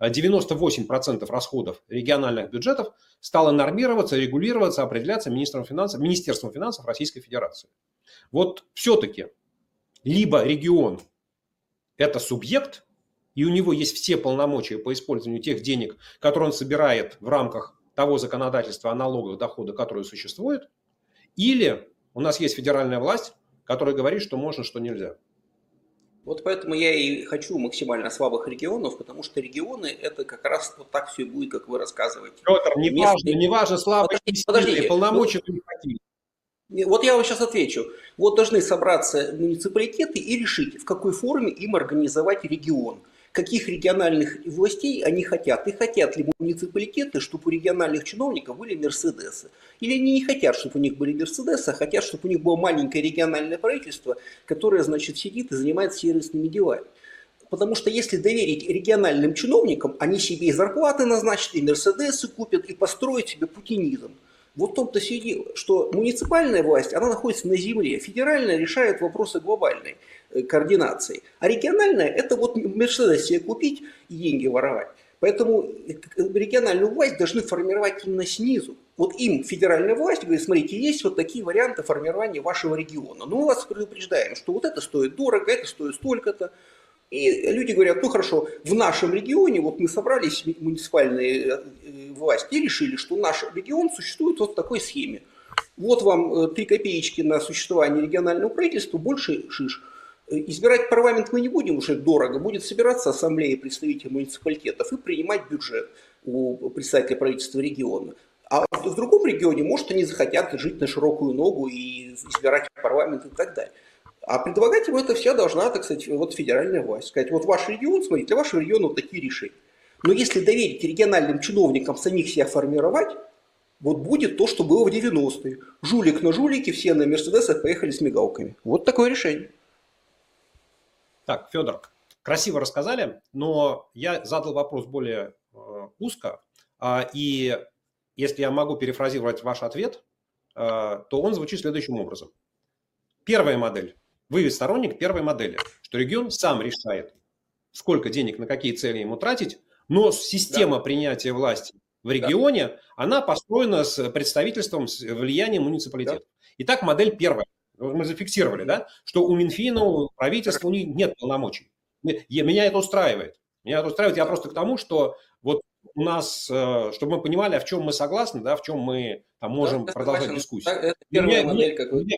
98% расходов региональных бюджетов стало нормироваться, регулироваться, определяться Министерством финансов Российской Федерации. Вот все-таки либо регион – это субъект, и у него есть все полномочия по использованию тех денег, которые он собирает в рамках того законодательства о налоговых доходах, которое существует, или у нас есть федеральная власть, которая говорит, что можно, что нельзя. Вот поэтому я и хочу максимально слабых регионов, потому что регионы это как раз вот так все будет, как вы рассказываете. Петр, не важно слабые подождите, полномочия не хватит. Вот я вам сейчас отвечу. Вот должны собраться муниципалитеты и решить, в какой форме им организовать регион. Каких региональных властей они хотят. И хотят ли муниципалитеты, чтобы у региональных чиновников были мерседесы. Или они не хотят, чтобы у них были мерседесы, а хотят, чтобы у них было маленькое региональное правительство, которое, значит, сидит и занимается сервисными делами. Потому что если доверить региональным чиновникам, они себе и зарплаты назначат, и мерседесы купят, и построят себе путинизм. Вот в том-то все и дело, что муниципальная власть, она находится на земле, федеральная решает вопросы глобальной координации, а региональная – это вот Мерседес себе купить и деньги воровать. Поэтому региональную власть должны формировать именно снизу. Вот им федеральная власть говорит, смотрите, есть вот такие варианты формирования вашего региона. Но мы вас предупреждаем, что вот это стоит дорого, это стоит столько-то. И люди говорят, ну хорошо, в нашем регионе, вот мы собрались, муниципальные власти, и решили, что наш регион существует вот в такой схеме. Вот вам 3 копеечки на существование регионального правительства, больше шиш. Избирать парламент мы не будем, уже дорого. Будет собираться ассамблея представителей муниципалитетов и принимать бюджет у представителя правительства региона. А в другом регионе, может, они захотят жить на широкую ногу и избирать парламент и так далее. А предлагать ему это вся должна, так сказать, вот федеральная власть. Сказать, вот ваш регион, смотрите, для вашего региона вот такие решения. Но если доверить региональным чиновникам самих себя формировать, вот будет то, что было в 90-е. Жулик на жулике, все на Мерседесах поехали с мигалками. Вот такое решение. Так, Федор, красиво рассказали, но я задал вопрос более узко. И если я могу перефразировать ваш ответ, то он звучит следующим образом. Первая модель. Вы ведь сторонник первой модели, что регион сам решает, сколько денег на какие цели ему тратить, но система принятия власти в регионе, она построена с представительством, с влиянием муниципалитета. Итак, модель первая. Мы зафиксировали, да, что у Минфина, у правительства у них нет полномочий. Меня это устраивает. Меня это устраивает. Я просто к тому, что вот у нас, чтобы мы понимали, а в чем мы согласны, да, в чем мы там, можем продолжать дискуссию. Это первая модель, как вы...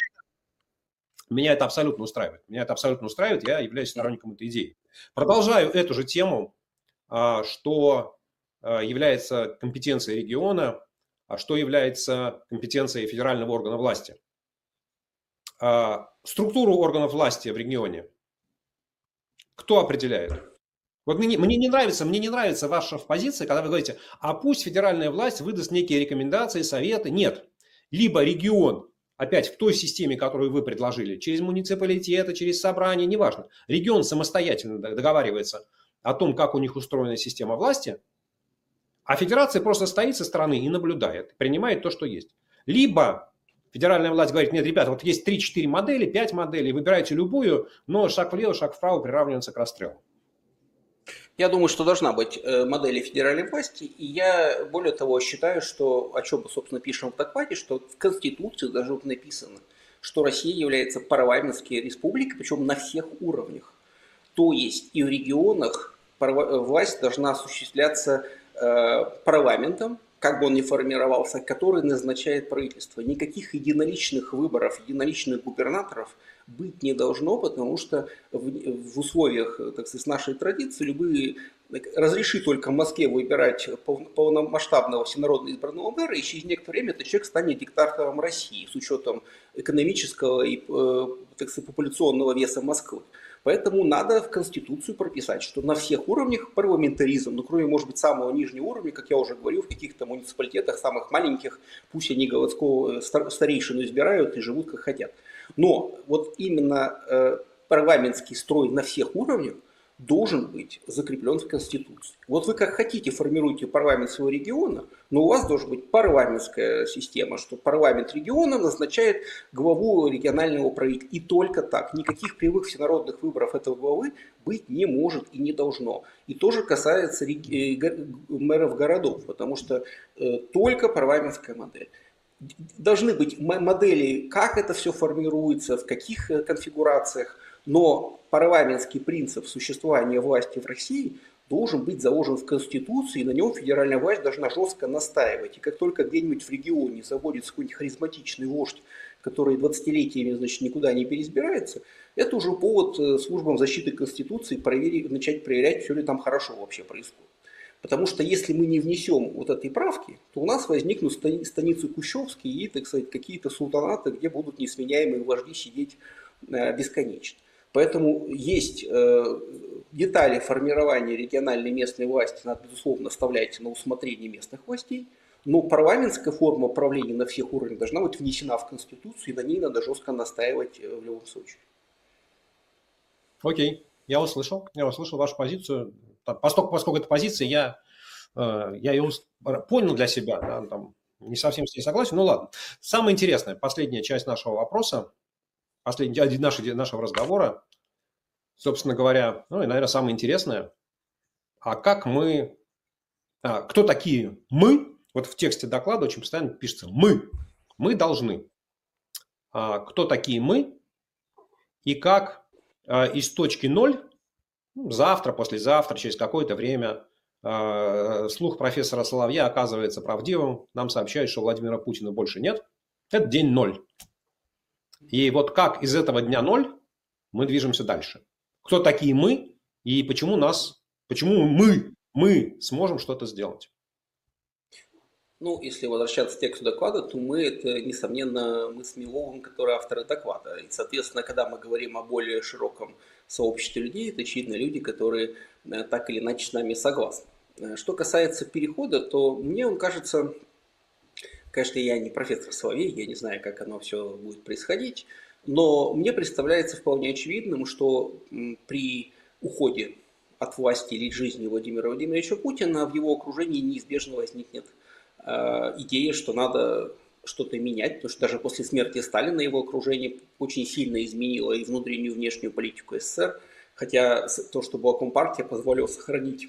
Меня это абсолютно устраивает. Меня это абсолютно устраивает. Я являюсь сторонником этой идеи. Продолжаю эту же тему, что является компетенцией региона, а что является компетенцией федерального органа власти. Структуру органов власти в регионе кто определяет? Вот мне не нравится ваша позиция, когда вы говорите, а пусть федеральная власть выдаст некие рекомендации, советы. Нет. Либо регион, опять в той системе, которую вы предложили, через муниципалитеты, через собрания, неважно. Регион самостоятельно договаривается о том, как у них устроена система власти, а федерация просто стоит со стороны и наблюдает, принимает то, что есть. Либо федеральная власть говорит, нет, ребята, вот есть 3-4 модели, 5 моделей, выбирайте любую, но шаг влево, шаг вправо приравнивается к расстрелу. Я думаю, что должна быть модель федеральной власти, и я, более того, считаю, что, о чем мы, собственно, пишем в докладе, что в Конституции даже написано, что Россия является парламентской республикой, причем на всех уровнях. То есть и в регионах власть должна осуществляться парламентом, как бы он ни формировался, который назначает правительство. Никаких единоличных выборов, единоличных губернаторов быть не должно, потому что в условиях, так сказать, нашей традиции любые разреши только в Москве выбирать полномасштабного всенародно избранного мэра, и через некоторое время этот человек станет диктатором России с учетом экономического и, так сказать, популяционного веса Москвы. Поэтому надо в Конституцию прописать, что на всех уровнях парламентаризм, ну кроме, может быть, самого нижнего уровня, как я уже говорил, в каких-то муниципалитетах, самых маленьких, пусть они городского старейшину избирают и живут как хотят. Но вот именно парламентский строй на всех уровнях должен быть закреплен в Конституции. Вот вы как хотите формируете парламент своего региона, но у вас должна быть парламентская система, что парламент региона назначает главу регионального правительства. И только так. Никаких прямых всенародных выборов этого главы быть не может и не должно. И тоже касается мэров городов, потому что только парламентская модель. Должны быть модели, как это все формируется, в каких конфигурациях, но парламентский принцип существования власти в России должен быть заложен в Конституции, и на нем федеральная власть должна жестко настаивать. И как только где-нибудь в регионе заводится какой-нибудь харизматичный вождь, который 20-летиями, значит, никуда не переизбирается, это уже повод службам защиты Конституции начать проверять, все ли там хорошо вообще происходит. Потому что если мы не внесем вот этой правки, то у нас возникнут станицы Кущевские и, так сказать, какие-то султанаты, где будут несменяемые вожди сидеть бесконечно. Поэтому есть детали формирования региональной местной власти, надо, безусловно, оставлять на усмотрение местных властей, но парламентская форма правления на всех уровнях должна быть внесена в Конституцию, и на ней надо жестко настаивать в любом случае. Окей, я услышал вашу позицию. Поскольку это позиция, я ее понял для себя, да, там, не совсем с ней согласен, ну ладно. Самое интересное, последняя часть нашего вопроса, нашего разговора, собственно говоря, ну и, наверное, самое интересное, а как мы, кто такие мы? Вот в тексте доклада очень постоянно пишется мы должны. Кто такие мы и как из точки 0, завтра, послезавтра, через какое-то время слух профессора Соловья оказывается правдивым, нам сообщают, что Владимира Путина больше нет, это день 0. И вот как из этого дня 0 мы движемся дальше? Кто такие мы и почему мы сможем что-то сделать? Ну, если возвращаться к тексту доклада, то мы – это, несомненно, мы с Миловым, который автор доклада. И, соответственно, когда мы говорим о более широком сообществе людей, это, очевидно, люди, которые так или иначе с нами согласны. Что касается перехода, то мне он кажется, конечно, я не профессор Соловей, я не знаю, как оно все будет происходить, но мне представляется вполне очевидным, что при уходе от власти или жизни Владимира Владимировича Путина в его окружении неизбежно возникнет идея, что надо что-то менять, потому что даже после смерти Сталина его окружение очень сильно изменило и внутреннюю, и внешнюю политику СССР, хотя то, что была Компартия, позволило сохранить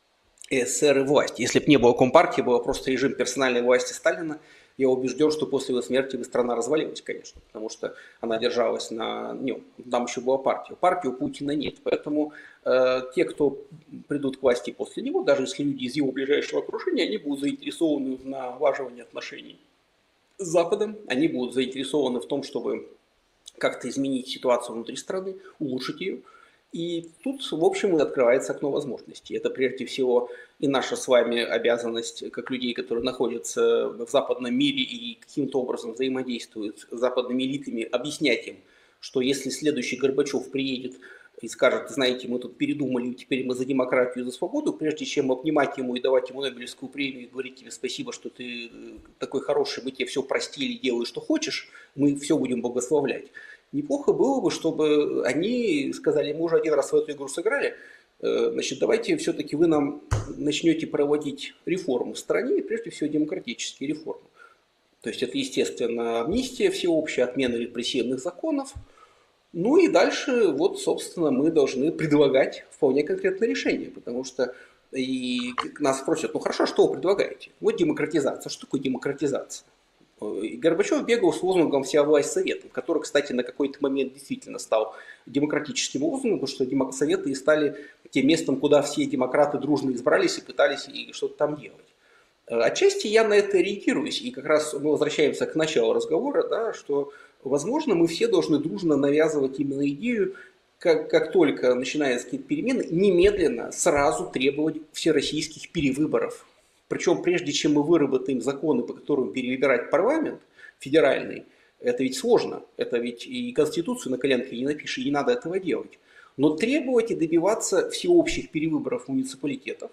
СССР и власть. Если бы не было Компартии, был просто режим персональной власти Сталина, я убежден, что после его смерти бы страна развалилась, конечно, потому что она держалась на нем. Там еще была партия. Партии у Путина нет. Поэтому те, кто придут к власти после него, даже если люди из его ближайшего окружения, они будут заинтересованы в налаживании отношений с Западом, они будут заинтересованы в том, чтобы как-то изменить ситуацию внутри страны, улучшить ее. И тут, в общем, и открывается окно возможностей. Это прежде всего и наша с вами обязанность, как людей, которые находятся в западном мире и каким-то образом взаимодействуют с западными элитами, объяснять им, что если следующий Горбачев приедет и скажет, знаете, мы тут передумали, теперь мы за демократию и за свободу, прежде чем обнимать ему и давать ему Нобелевскую премию и говорить тебе спасибо, что ты такой хороший, мы тебе все простили, делай, что хочешь, мы все будем благословлять. Неплохо было бы, чтобы они сказали, мы уже один раз в эту игру сыграли, значит, давайте все-таки вы нам начнете проводить реформы в стране, и прежде всего демократические реформы. То есть это, естественно, амнистия всеобщая, отмена репрессивных законов. Ну и дальше, вот, собственно, мы должны предлагать вполне конкретное решение, потому что и нас спросят, ну хорошо, что вы предлагаете? Вот демократизация. Что такое демократизация? И Горбачев бегал с лозунгом «Вся власть советом», который, кстати, на какой-то момент действительно стал демократическим лозунгом, потому что советы стали тем местом, куда все демократы дружно избрались и пытались что-то там делать. Отчасти я на это ориентируюсь, и как раз мы возвращаемся к началу разговора, да, что, возможно, мы все должны дружно навязывать именно идею, как только начинаются какие-то перемены, немедленно, сразу требовать всероссийских перевыборов. Причем прежде чем мы выработаем законы, по которым перевыбирать парламент федеральный, это ведь сложно, это ведь и Конституцию на коленке не напишешь, и не надо этого делать. Но требовать и добиваться всеобщих перевыборов муниципалитетов,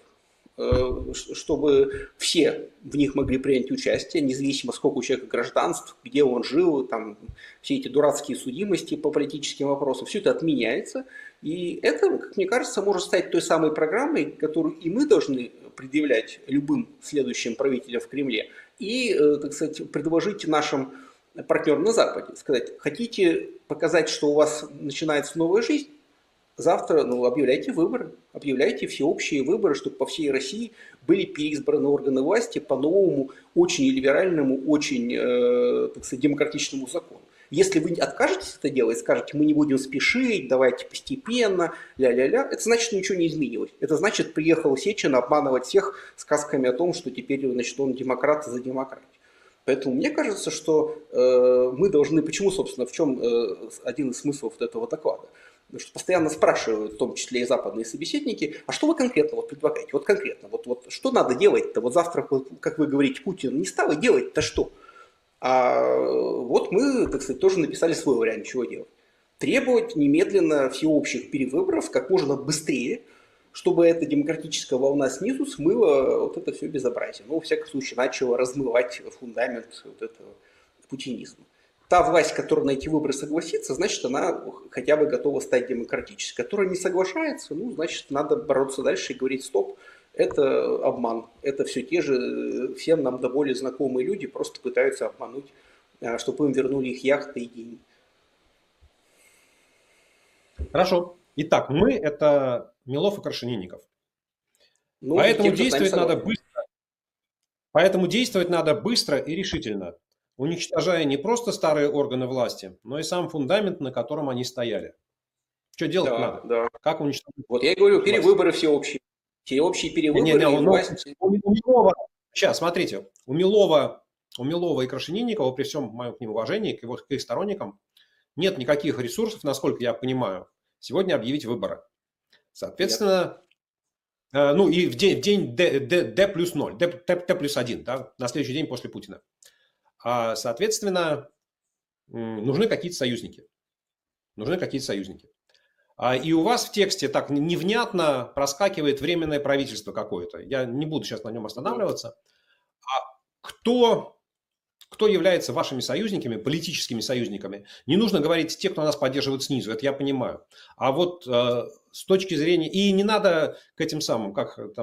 чтобы все в них могли принять участие, независимо сколько у человека гражданств, где он жил, там, все эти дурацкие судимости по политическим вопросам, все это отменяется. И это, как мне кажется, может стать той самой программой, которую и мы должны предъявлять любым следующим правителям в Кремле, и, так сказать, предложить нашим партнерам на Западе. Сказать, хотите показать, что у вас начинается новая жизнь? Завтра, объявляйте выборы, объявляйте всеобщие выборы, чтобы по всей России были переизбраны органы власти по новому, очень либеральному, очень, так сказать, демократичному закону. Если вы откажетесь это делать, скажете, мы не будем спешить, давайте постепенно, ля-ля-ля, это значит, что ничего не изменилось. Это значит, приехал Сечин обманывать всех сказками о том, что теперь, значит, он демократ за демократию. Поэтому мне кажется, что мы должны, почему, собственно, в чем один из смыслов вот этого доклада? Потому что постоянно спрашивают, в том числе и западные собеседники, а что вы конкретно вот предлагаете? Вот конкретно, вот что надо делать-то? Вот завтра, как вы говорите, Путин не стал, и делать-то что? А вот мы, так сказать, тоже написали свой вариант, чего делать. Требовать немедленно всеобщих перевыборов как можно быстрее, чтобы эта демократическая волна снизу смыла вот это все безобразие. Ну, во всяком случае, начала размывать фундамент вот этого путинизма. Та власть, которая на эти выборы согласится, значит, она хотя бы готова стать демократической. Которая не соглашается, значит, надо бороться дальше и говорить, стоп, это обман. Это все те же, всем нам до боли знакомые люди просто пытаются обмануть, чтобы им вернули их яхты и деньги. Хорошо. Итак, мы – это Милов и Крашенинников. Поэтому действовать надо быстро. Поэтому действовать надо быстро и решительно, уничтожая не просто старые органы власти, но и сам фундамент, на котором они стояли. Что делать надо? Да. Как уничтожить? Вот я и говорю, перевыборы всеобщие. Всеобщие перевыборы и власть. Сейчас, смотрите, у Милова и Крашенинникова, при всем моем к ним уважении, к их сторонникам, нет никаких ресурсов, насколько я понимаю, сегодня объявить выборы. Соответственно, и в день D плюс 0, Т плюс 1, да, на следующий день после Путина. Соответственно, нужны какие-то союзники. И у вас в тексте так невнятно проскакивает временное правительство какое-то. Я не буду сейчас на нем останавливаться. Кто является вашими союзниками, политическими союзниками? Не нужно говорить те, кто нас поддерживает снизу, это я понимаю. А вот с точки зрения... И не надо к этим самым,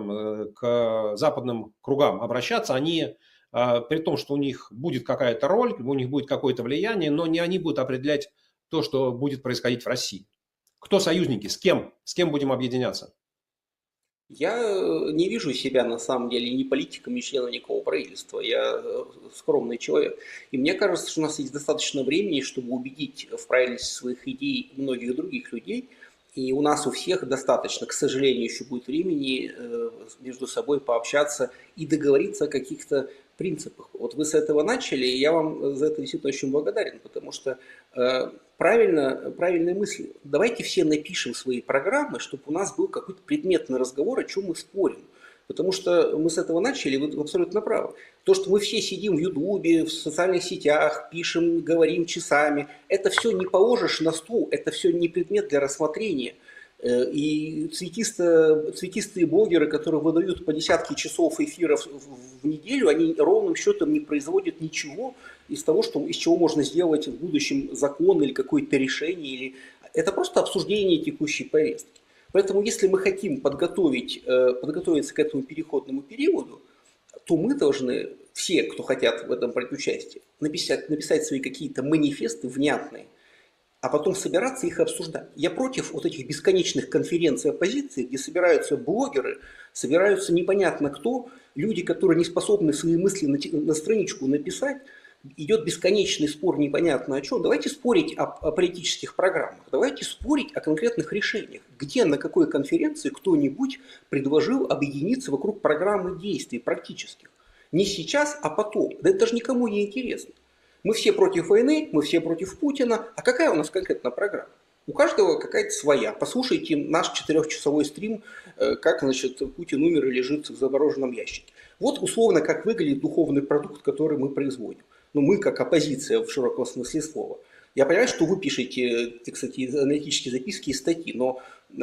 к западным кругам обращаться. Они, при том, что у них будет какая-то роль, у них будет какое-то влияние, но не они будут определять то, что будет происходить в России. Кто союзники? С кем? С кем будем объединяться? Я не вижу себя, на самом деле, ни политиком, ни членом никакого правительства. Я скромный человек. И мне кажется, что у нас есть достаточно времени, чтобы убедить в правильности своих идей многих других людей. И у нас у всех достаточно, к сожалению, еще будет времени между собой пообщаться и договориться о каких-то принципах. Вот вы с этого начали, и я вам за это действительно очень благодарен, потому что правильные мысли. Давайте все напишем свои программы, чтобы у нас был какой-то предметный разговор, о чем мы спорим. Потому что мы с этого начали, вы абсолютно правы. То, что мы все сидим в Ютубе, в социальных сетях, пишем, говорим часами, это все не положишь на стол, это все не предмет для рассмотрения. И цветистые блогеры, которые выдают по десятки часов эфиров в неделю, они ровным счетом не производят ничего из того, из чего можно сделать в будущем закон или какое-то решение. Это просто обсуждение текущей повестки. Поэтому если мы хотим подготовиться к этому переходному периоду, то мы должны, все, кто хотят в этом принять участие, написать свои какие-то манифесты внятные, а потом собираться их обсуждать. Я против вот этих бесконечных конференций оппозиции, где собираются блогеры, собираются непонятно кто, люди, которые не способны свои мысли на страничку написать, идет бесконечный спор непонятно о чем. Давайте спорить о политических программах, давайте спорить о конкретных решениях. Где, на какой конференции кто-нибудь предложил объединиться вокруг программы действий практических. Не сейчас, а потом. Да это даже никому не интересно. Мы все против войны, мы все против Путина. А какая у нас конкретно программа? У каждого какая-то своя. Послушайте наш 4-часовой стрим, как, значит, Путин умер и лежит в замороженном ящике. Вот условно, как выглядит духовный продукт, который мы производим. Ну, мы как оппозиция в широком смысле слова. Я понимаю, что вы пишете, кстати, аналитические записки и статьи, но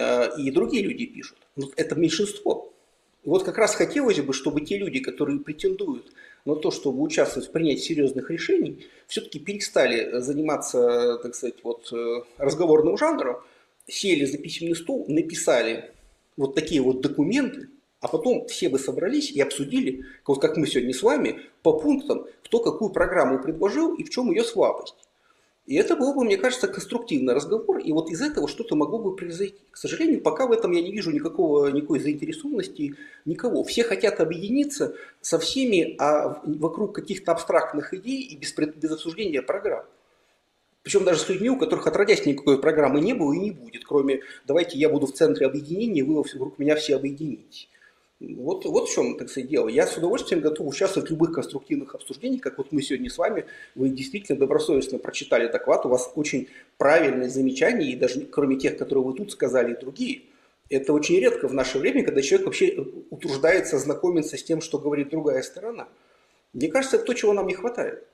и другие люди пишут. Но это меньшинство. И вот как раз хотелось бы, чтобы те люди, которые претендуют на то, чтобы участвовать в принятии серьезных решений, все-таки перестали заниматься, так сказать, вот, разговорным жанром, сели за письменный стол, написали вот такие вот документы, а потом все бы собрались и обсудили, вот как мы сегодня с вами, по пунктам, кто какую программу предложил и в чем ее слабость. И это был бы, мне кажется, конструктивный разговор, и вот из этого что-то могло бы произойти. К сожалению, пока в этом я не вижу никакой заинтересованности никого. Все хотят объединиться со всеми, а вокруг каких-то абстрактных идей и без обсуждения программ. Причем даже с людьми, у которых отродясь никакой программы не было и не будет, кроме «давайте я буду в центре объединения, вы вокруг меня все объединитесь». Вот в чем, так сказать, дело. Я с удовольствием готов участвовать в любых конструктивных обсуждениях, как вот мы сегодня с вами. Вы действительно добросовестно прочитали доклад, у вас очень правильные замечания, и даже кроме тех, которые вы тут сказали, и другие. Это очень редко в наше время, когда человек вообще утруждается знакомиться с тем, что говорит другая сторона. Мне кажется, это то, чего нам не хватает.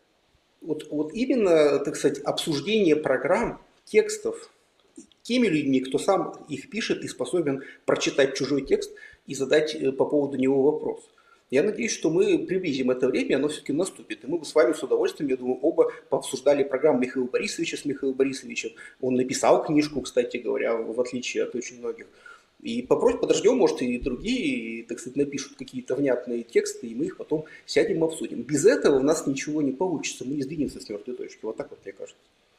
Вот именно, так сказать, обсуждение программ, текстов теми людьми, кто сам их пишет и способен прочитать чужой текст и задать по поводу него вопрос. Я надеюсь, что мы приблизим это время, оно все-таки наступит. И мы бы с вами с удовольствием, я думаю, оба пообсуждали программу Михаила Борисовича с Михаилом Борисовичем. Он написал книжку, кстати говоря, в отличие от очень многих. И подождем, может, и другие, так сказать, напишут какие-то внятные тексты, и мы их потом сядем и обсудим. Без этого у нас ничего не получится, мы не сдвинемся с мертвой точки. Вот так вот, мне кажется.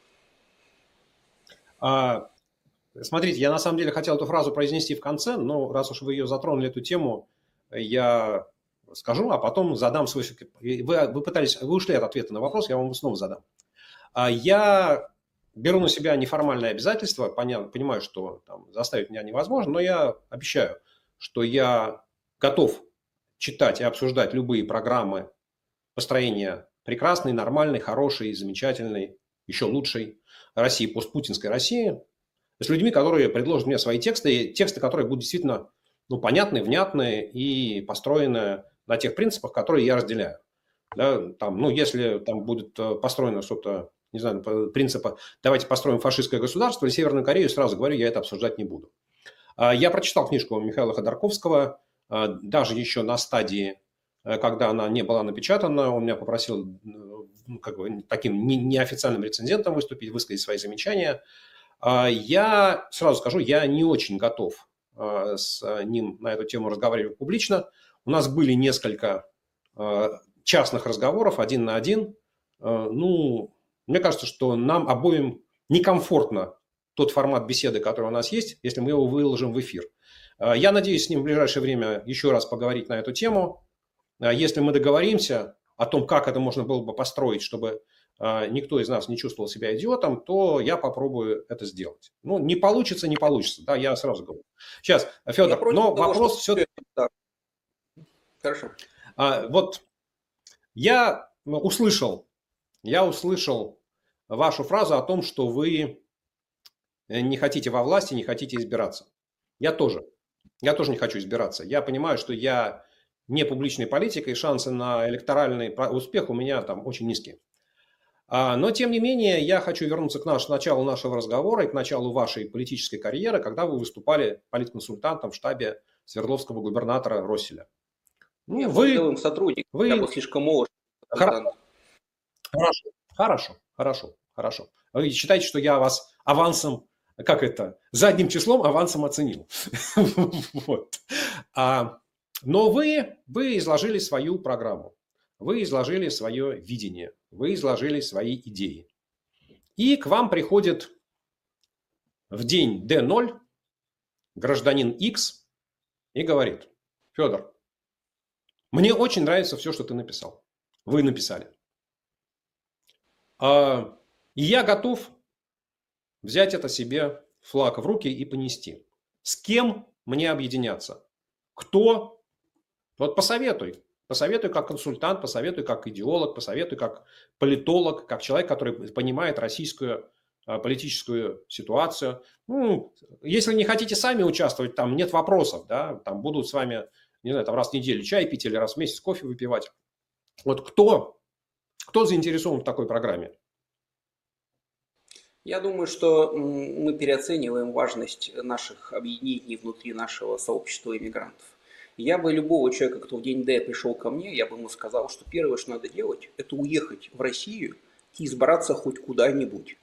Смотрите, я на самом деле хотел эту фразу произнести в конце, но раз уж вы ее затронули, эту тему, я скажу, а потом задам свой... Вы ушли от ответа на вопрос, я вам снова задам. Я беру на себя неформальное обязательство, понимаю, что там, заставить меня невозможно, но я обещаю, что я готов читать и обсуждать любые программы построения прекрасной, нормальной, хорошей, замечательной, еще лучшей России, постпутинской России, с людьми, которые предложат мне свои тексты, тексты, которые будут действительно понятные, внятные и построены на тех принципах, которые я разделяю. Да, там, если там будет построено что-то, не знаю, принципа «давайте построим фашистское государство» или Северную Корею, сразу говорю, я это обсуждать не буду. Я прочитал книжку Михаила Ходорковского, даже еще на стадии, когда она не была напечатана, он меня попросил таким неофициальным рецензентом выступить, высказать свои замечания. Я сразу скажу, я не очень готов с ним на эту тему разговаривать публично. У нас были несколько частных разговоров, один на один. Мне кажется, что нам обоим некомфортно тот формат беседы, который у нас есть, если мы его выложим в эфир. Я надеюсь с ним в ближайшее время еще раз поговорить на эту тему. Если мы договоримся о том, как это можно было бы построить, чтобы никто из нас не чувствовал себя идиотом, то я попробую это сделать. Не получится, не получится. Да, я сразу говорю. Сейчас, Федор, но вопрос все-таки... Да. Хорошо. Вот я услышал вашу фразу о том, что вы не хотите во власти, не хотите избираться. Я тоже не хочу избираться. Я понимаю, что я не публичный политик, и шансы на электоральный успех у меня там очень низкие. Но, тем не менее, я хочу вернуться к началу нашего разговора и к началу вашей политической карьеры, когда вы выступали политконсультантом в штабе Свердловского губернатора Росселя. Я был деловым сотрудником, я был слишком молод. Хорошо. Вы считаете, что я вас авансом, задним числом авансом оценил. Но вы изложили свою программу, вы изложили свое видение, вы изложили свои идеи. И к вам приходит в день D0 гражданин X и говорит: Федор, мне очень нравится все, что ты написал. Вы написали. И я готов взять это себе флаг в руки и понести. С кем мне объединяться? Кто? Вот посоветуй Посоветую как консультант, посоветую как идеолог, посоветую как политолог, как человек, который понимает российскую политическую ситуацию. Ну, если не хотите сами участвовать, там нет вопросов, да, там будут с вами, не знаю, там раз в неделю чай пить или раз в месяц кофе выпивать. Вот кто заинтересован в такой программе? Я думаю, что мы переоцениваем важность наших объединений внутри нашего сообщества иммигрантов. Я бы любого человека, кто в день Д пришел ко мне, я бы ему сказал, что первое, что надо делать, это уехать в Россию и избраться хоть куда-нибудь.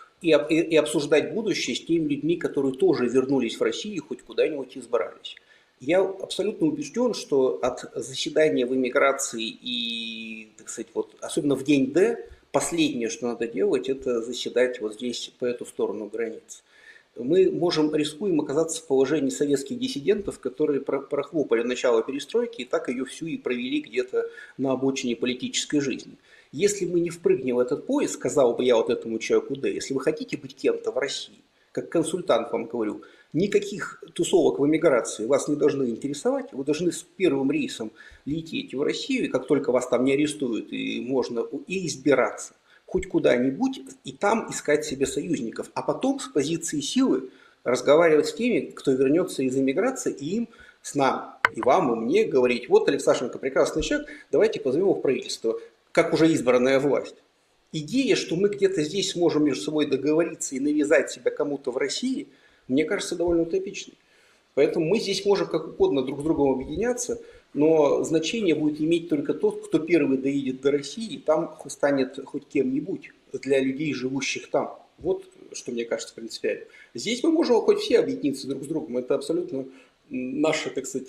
И обсуждать будущее с теми людьми, которые тоже вернулись в Россию и хоть куда-нибудь избрались. Я абсолютно убежден, что от заседания в эмиграции и, так сказать, вот, особенно в день Д, последнее, что надо делать, это заседать вот здесь, по эту сторону границ. Мы рискуем оказаться в положении советских диссидентов, которые прохлопали начало перестройки и так ее всю и провели где-то на обочине политической жизни. Если мы не впрыгнем в этот поезд, сказал бы я вот этому человеку Д, если вы хотите быть кем-то в России, как консультант вам говорю, никаких тусовок в эмиграции вас не должны интересовать, вы должны с первым рейсом лететь в Россию, и как только вас там не арестуют, и можно и избираться хоть куда-нибудь, и там искать себе союзников, а потом с позиции силы разговаривать с теми, кто вернется из эмиграции, и им с нами, и вам, и мне говорить, вот Алексашенко прекрасный человек, давайте позовем его в правительство, как уже избранная власть. Идея, что мы где-то здесь сможем между собой договориться и навязать себя кому-то в России, мне кажется довольно утопичной. Поэтому мы здесь можем как угодно друг с другом объединяться, но значение будет иметь только тот, кто первый доедет до России и там станет хоть кем-нибудь для людей, живущих там. Вот что мне кажется принципиально. Здесь мы можем хоть все объединиться друг с другом. Это абсолютно наши, так сказать,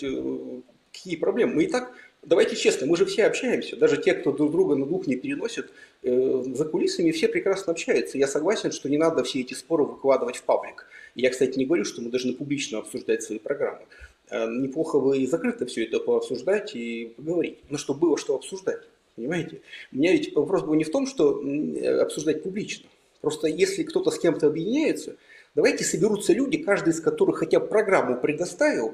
какие проблемы. Мы и так, давайте честно, мы же все общаемся. Даже те, кто друг друга на дух не переносит, за кулисами все прекрасно общаются. Я согласен, что не надо все эти споры выкладывать в паблик. Я, кстати, не говорю, что мы должны публично обсуждать свои программы. Неплохо бы и закрыто все это пообсуждать и поговорить. Но чтобы было что обсуждать, понимаете? У меня ведь вопрос был не в том, что обсуждать публично. Просто если кто-то с кем-то объединяется, давайте соберутся люди, каждый из которых хотя бы программу предоставил,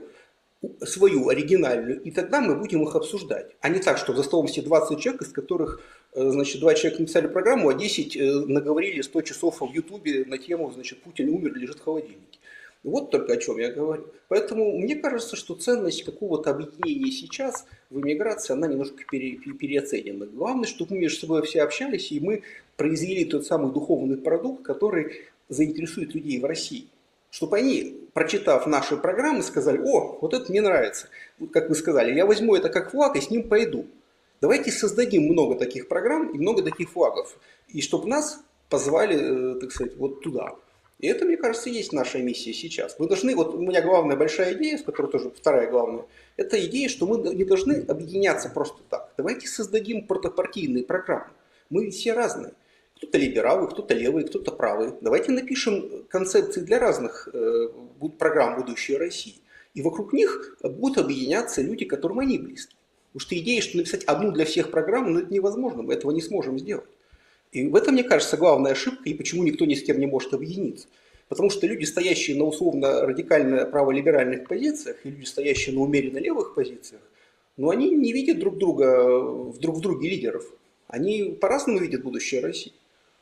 свою оригинальную, и тогда мы будем их обсуждать. А не так, что за столом все 20 человек, из которых, значит, 2 человека написали программу, а 10 наговорили 100 часов в Ютубе на тему, значит, Путин умер, лежит в холодильнике. Вот только о чем я говорю. Поэтому мне кажется, что ценность какого-то объединения сейчас в эмиграции, она немножко переоценена. Главное, чтобы мы между собой все общались, и мы произвели тот самый духовный продукт, который заинтересует людей в России. Чтобы они, прочитав наши программы, сказали, о, вот это мне нравится. Вот как вы сказали, я возьму это как флаг и с ним пойду. Давайте создадим много таких программ и много таких флагов. И чтобы нас позвали, так сказать, вот туда. И это, мне кажется, и есть наша миссия сейчас. Мы должны, вот у меня главная большая идея, с которой тоже вторая главная, это идея, что мы не должны объединяться просто так. Давайте создадим партийные программы. Мы все разные. Кто-то либералы, кто-то левые, кто-то правые. Давайте напишем концепции для разных программ будущей России. И вокруг них будут объединяться люди, которым они близки. Потому что идея, что написать одну для всех программу, ну, это невозможно, мы этого не сможем сделать. И в этом, мне кажется, главная ошибка, и почему никто ни с кем не может объединиться. Потому что люди, стоящие на условно радикально праволиберальных позициях, и люди, стоящие на умеренно левых позициях, ну, они не видят друг друга в друге лидеров. Они по-разному видят будущее России.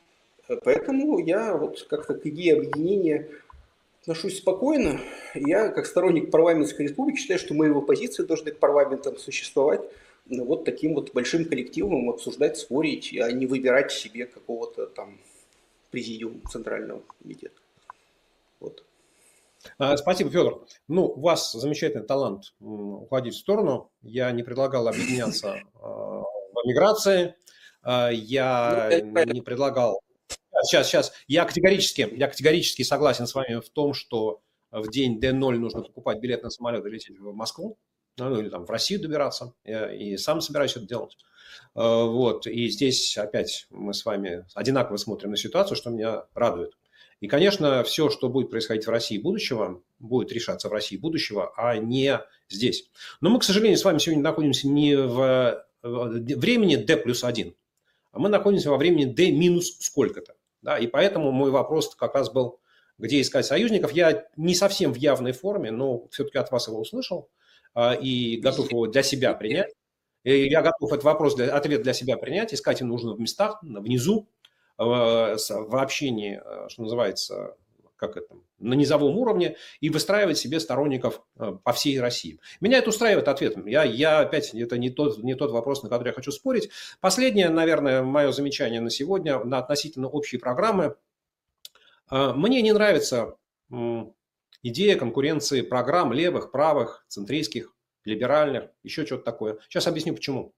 Поэтому я вот как-то к идее объединения отношусь спокойно. Я, как сторонник парламентской республики, считаю, что мы в оппозиции должны к парламентам существовать вот таким вот большим коллективом, обсуждать, спорить, а не выбирать себе какого-то там президиума Центрального комитета. Вот. Спасибо, Федор. Ну, у вас замечательный талант уходить в сторону. Я не предлагал объединяться в миграции. Я не предлагал... Сейчас. Я категорически согласен с вами в том, что в день D0 нужно покупать билет на самолет и лететь в Москву, ну или там в Россию добираться. Я и сам собираюсь это делать. Вот. И здесь опять мы с вами одинаково смотрим на ситуацию, что меня радует. И, конечно, все, что будет происходить в России будущего, будет решаться в России будущего, а не здесь. Но мы, к сожалению, с вами сегодня находимся не в времени D+1, а мы находимся во времени D минус сколько-то. Да, и поэтому мой вопрос как раз был, где искать союзников. Я не совсем в явной форме, но все-таки от вас его услышал и готов его для себя принять. И я готов этот ответ для себя принять. Искать им нужно в местах, внизу, в общении, что называется, как это, на низовом уровне, и выстраивать себе сторонников по всей России. Меня это устраивает ответ. Я опять, это не тот вопрос, на который я хочу спорить. Последнее, наверное, мое замечание на сегодня относительно общей программы. Мне не нравится идея конкуренции программ левых, правых, центристских, либеральных, еще что-то такое. Сейчас объясню, почему.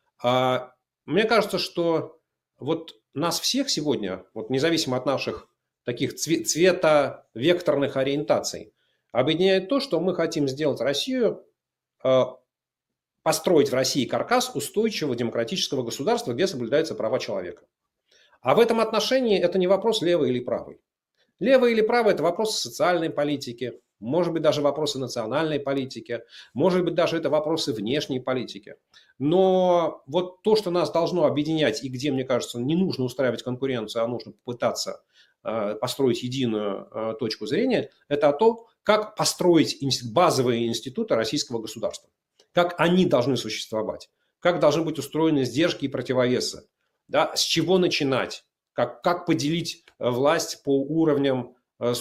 Мне кажется, что вот нас всех сегодня, вот независимо от наших таких цвета-векторных ориентаций, объединяет то, что мы хотим сделать Россию, построить в России каркас устойчивого демократического государства, где соблюдаются права человека. А в этом отношении это не вопрос левый или правый. Левый или правый – это вопросы социальной политики, может быть, даже вопросы национальной политики, может быть, даже это вопросы внешней политики. Но вот то, что нас должно объединять и где, мне кажется, не нужно устраивать конкуренцию, а нужно попытаться построить единую точку зрения, это то, как построить базовые институты российского государства, как они должны существовать, как должны быть устроены сдержки и противовесы, да, с чего начинать, как поделить власть по уровням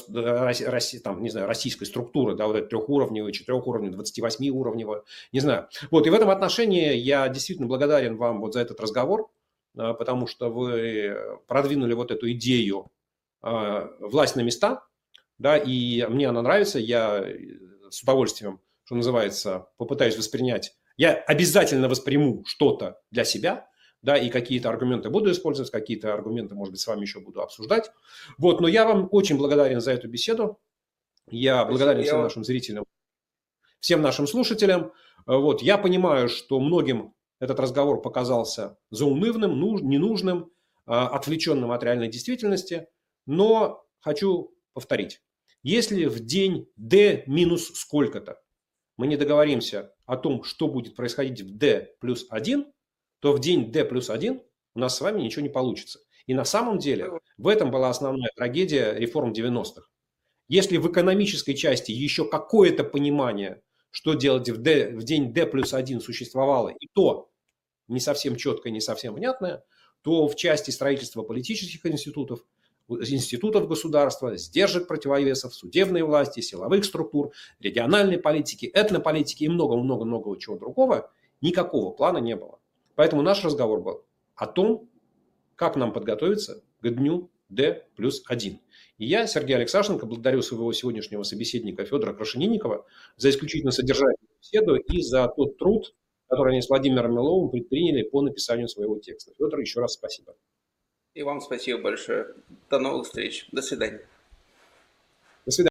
там, не знаю, российской структуры, да, вот это трехуровневая, четырехуровневая, 28-уровневая, не знаю. Вот, и в этом отношении я действительно благодарен вам вот за этот разговор, потому что вы продвинули вот эту идею власть на места, да, и мне она нравится, я с удовольствием, что называется, попытаюсь воспринять, я обязательно восприму что-то для себя, да, и какие-то аргументы буду использовать, какие-то аргументы, может быть, с вами еще буду обсуждать. Вот, но я вам очень благодарен за эту беседу. Я благодарен всем нашим зрителям, всем нашим слушателям. Вот, я понимаю, что многим этот разговор показался заунывным, ненужным, отвлеченным от реальной действительности, но хочу повторить. Если в день D минус сколько-то мы не договоримся о том, что будет происходить в D плюс 1, то в день D плюс 1 у нас с вами ничего не получится. И на самом деле в этом была основная трагедия реформ 90-х. Если в экономической части еще какое-то понимание, что делать в день D плюс 1 существовало, и то не совсем четкое, не совсем внятное, то в части строительства политических институтов государства, сдержек противовесов, судебной власти, силовых структур, региональной политики, этнополитики и много-много-много чего другого, никакого плана не было. Поэтому наш разговор был о том, как нам подготовиться к дню D плюс 1. И я, Сергей Алексашенко, благодарю своего сегодняшнего собеседника Федора Крашенинникова за исключительно содержательную беседу и за тот труд, который они с Владимиром Миловым предприняли по написанию своего текста. Федор, еще раз спасибо. И вам спасибо большое. До новых встреч. До свидания. До свидания.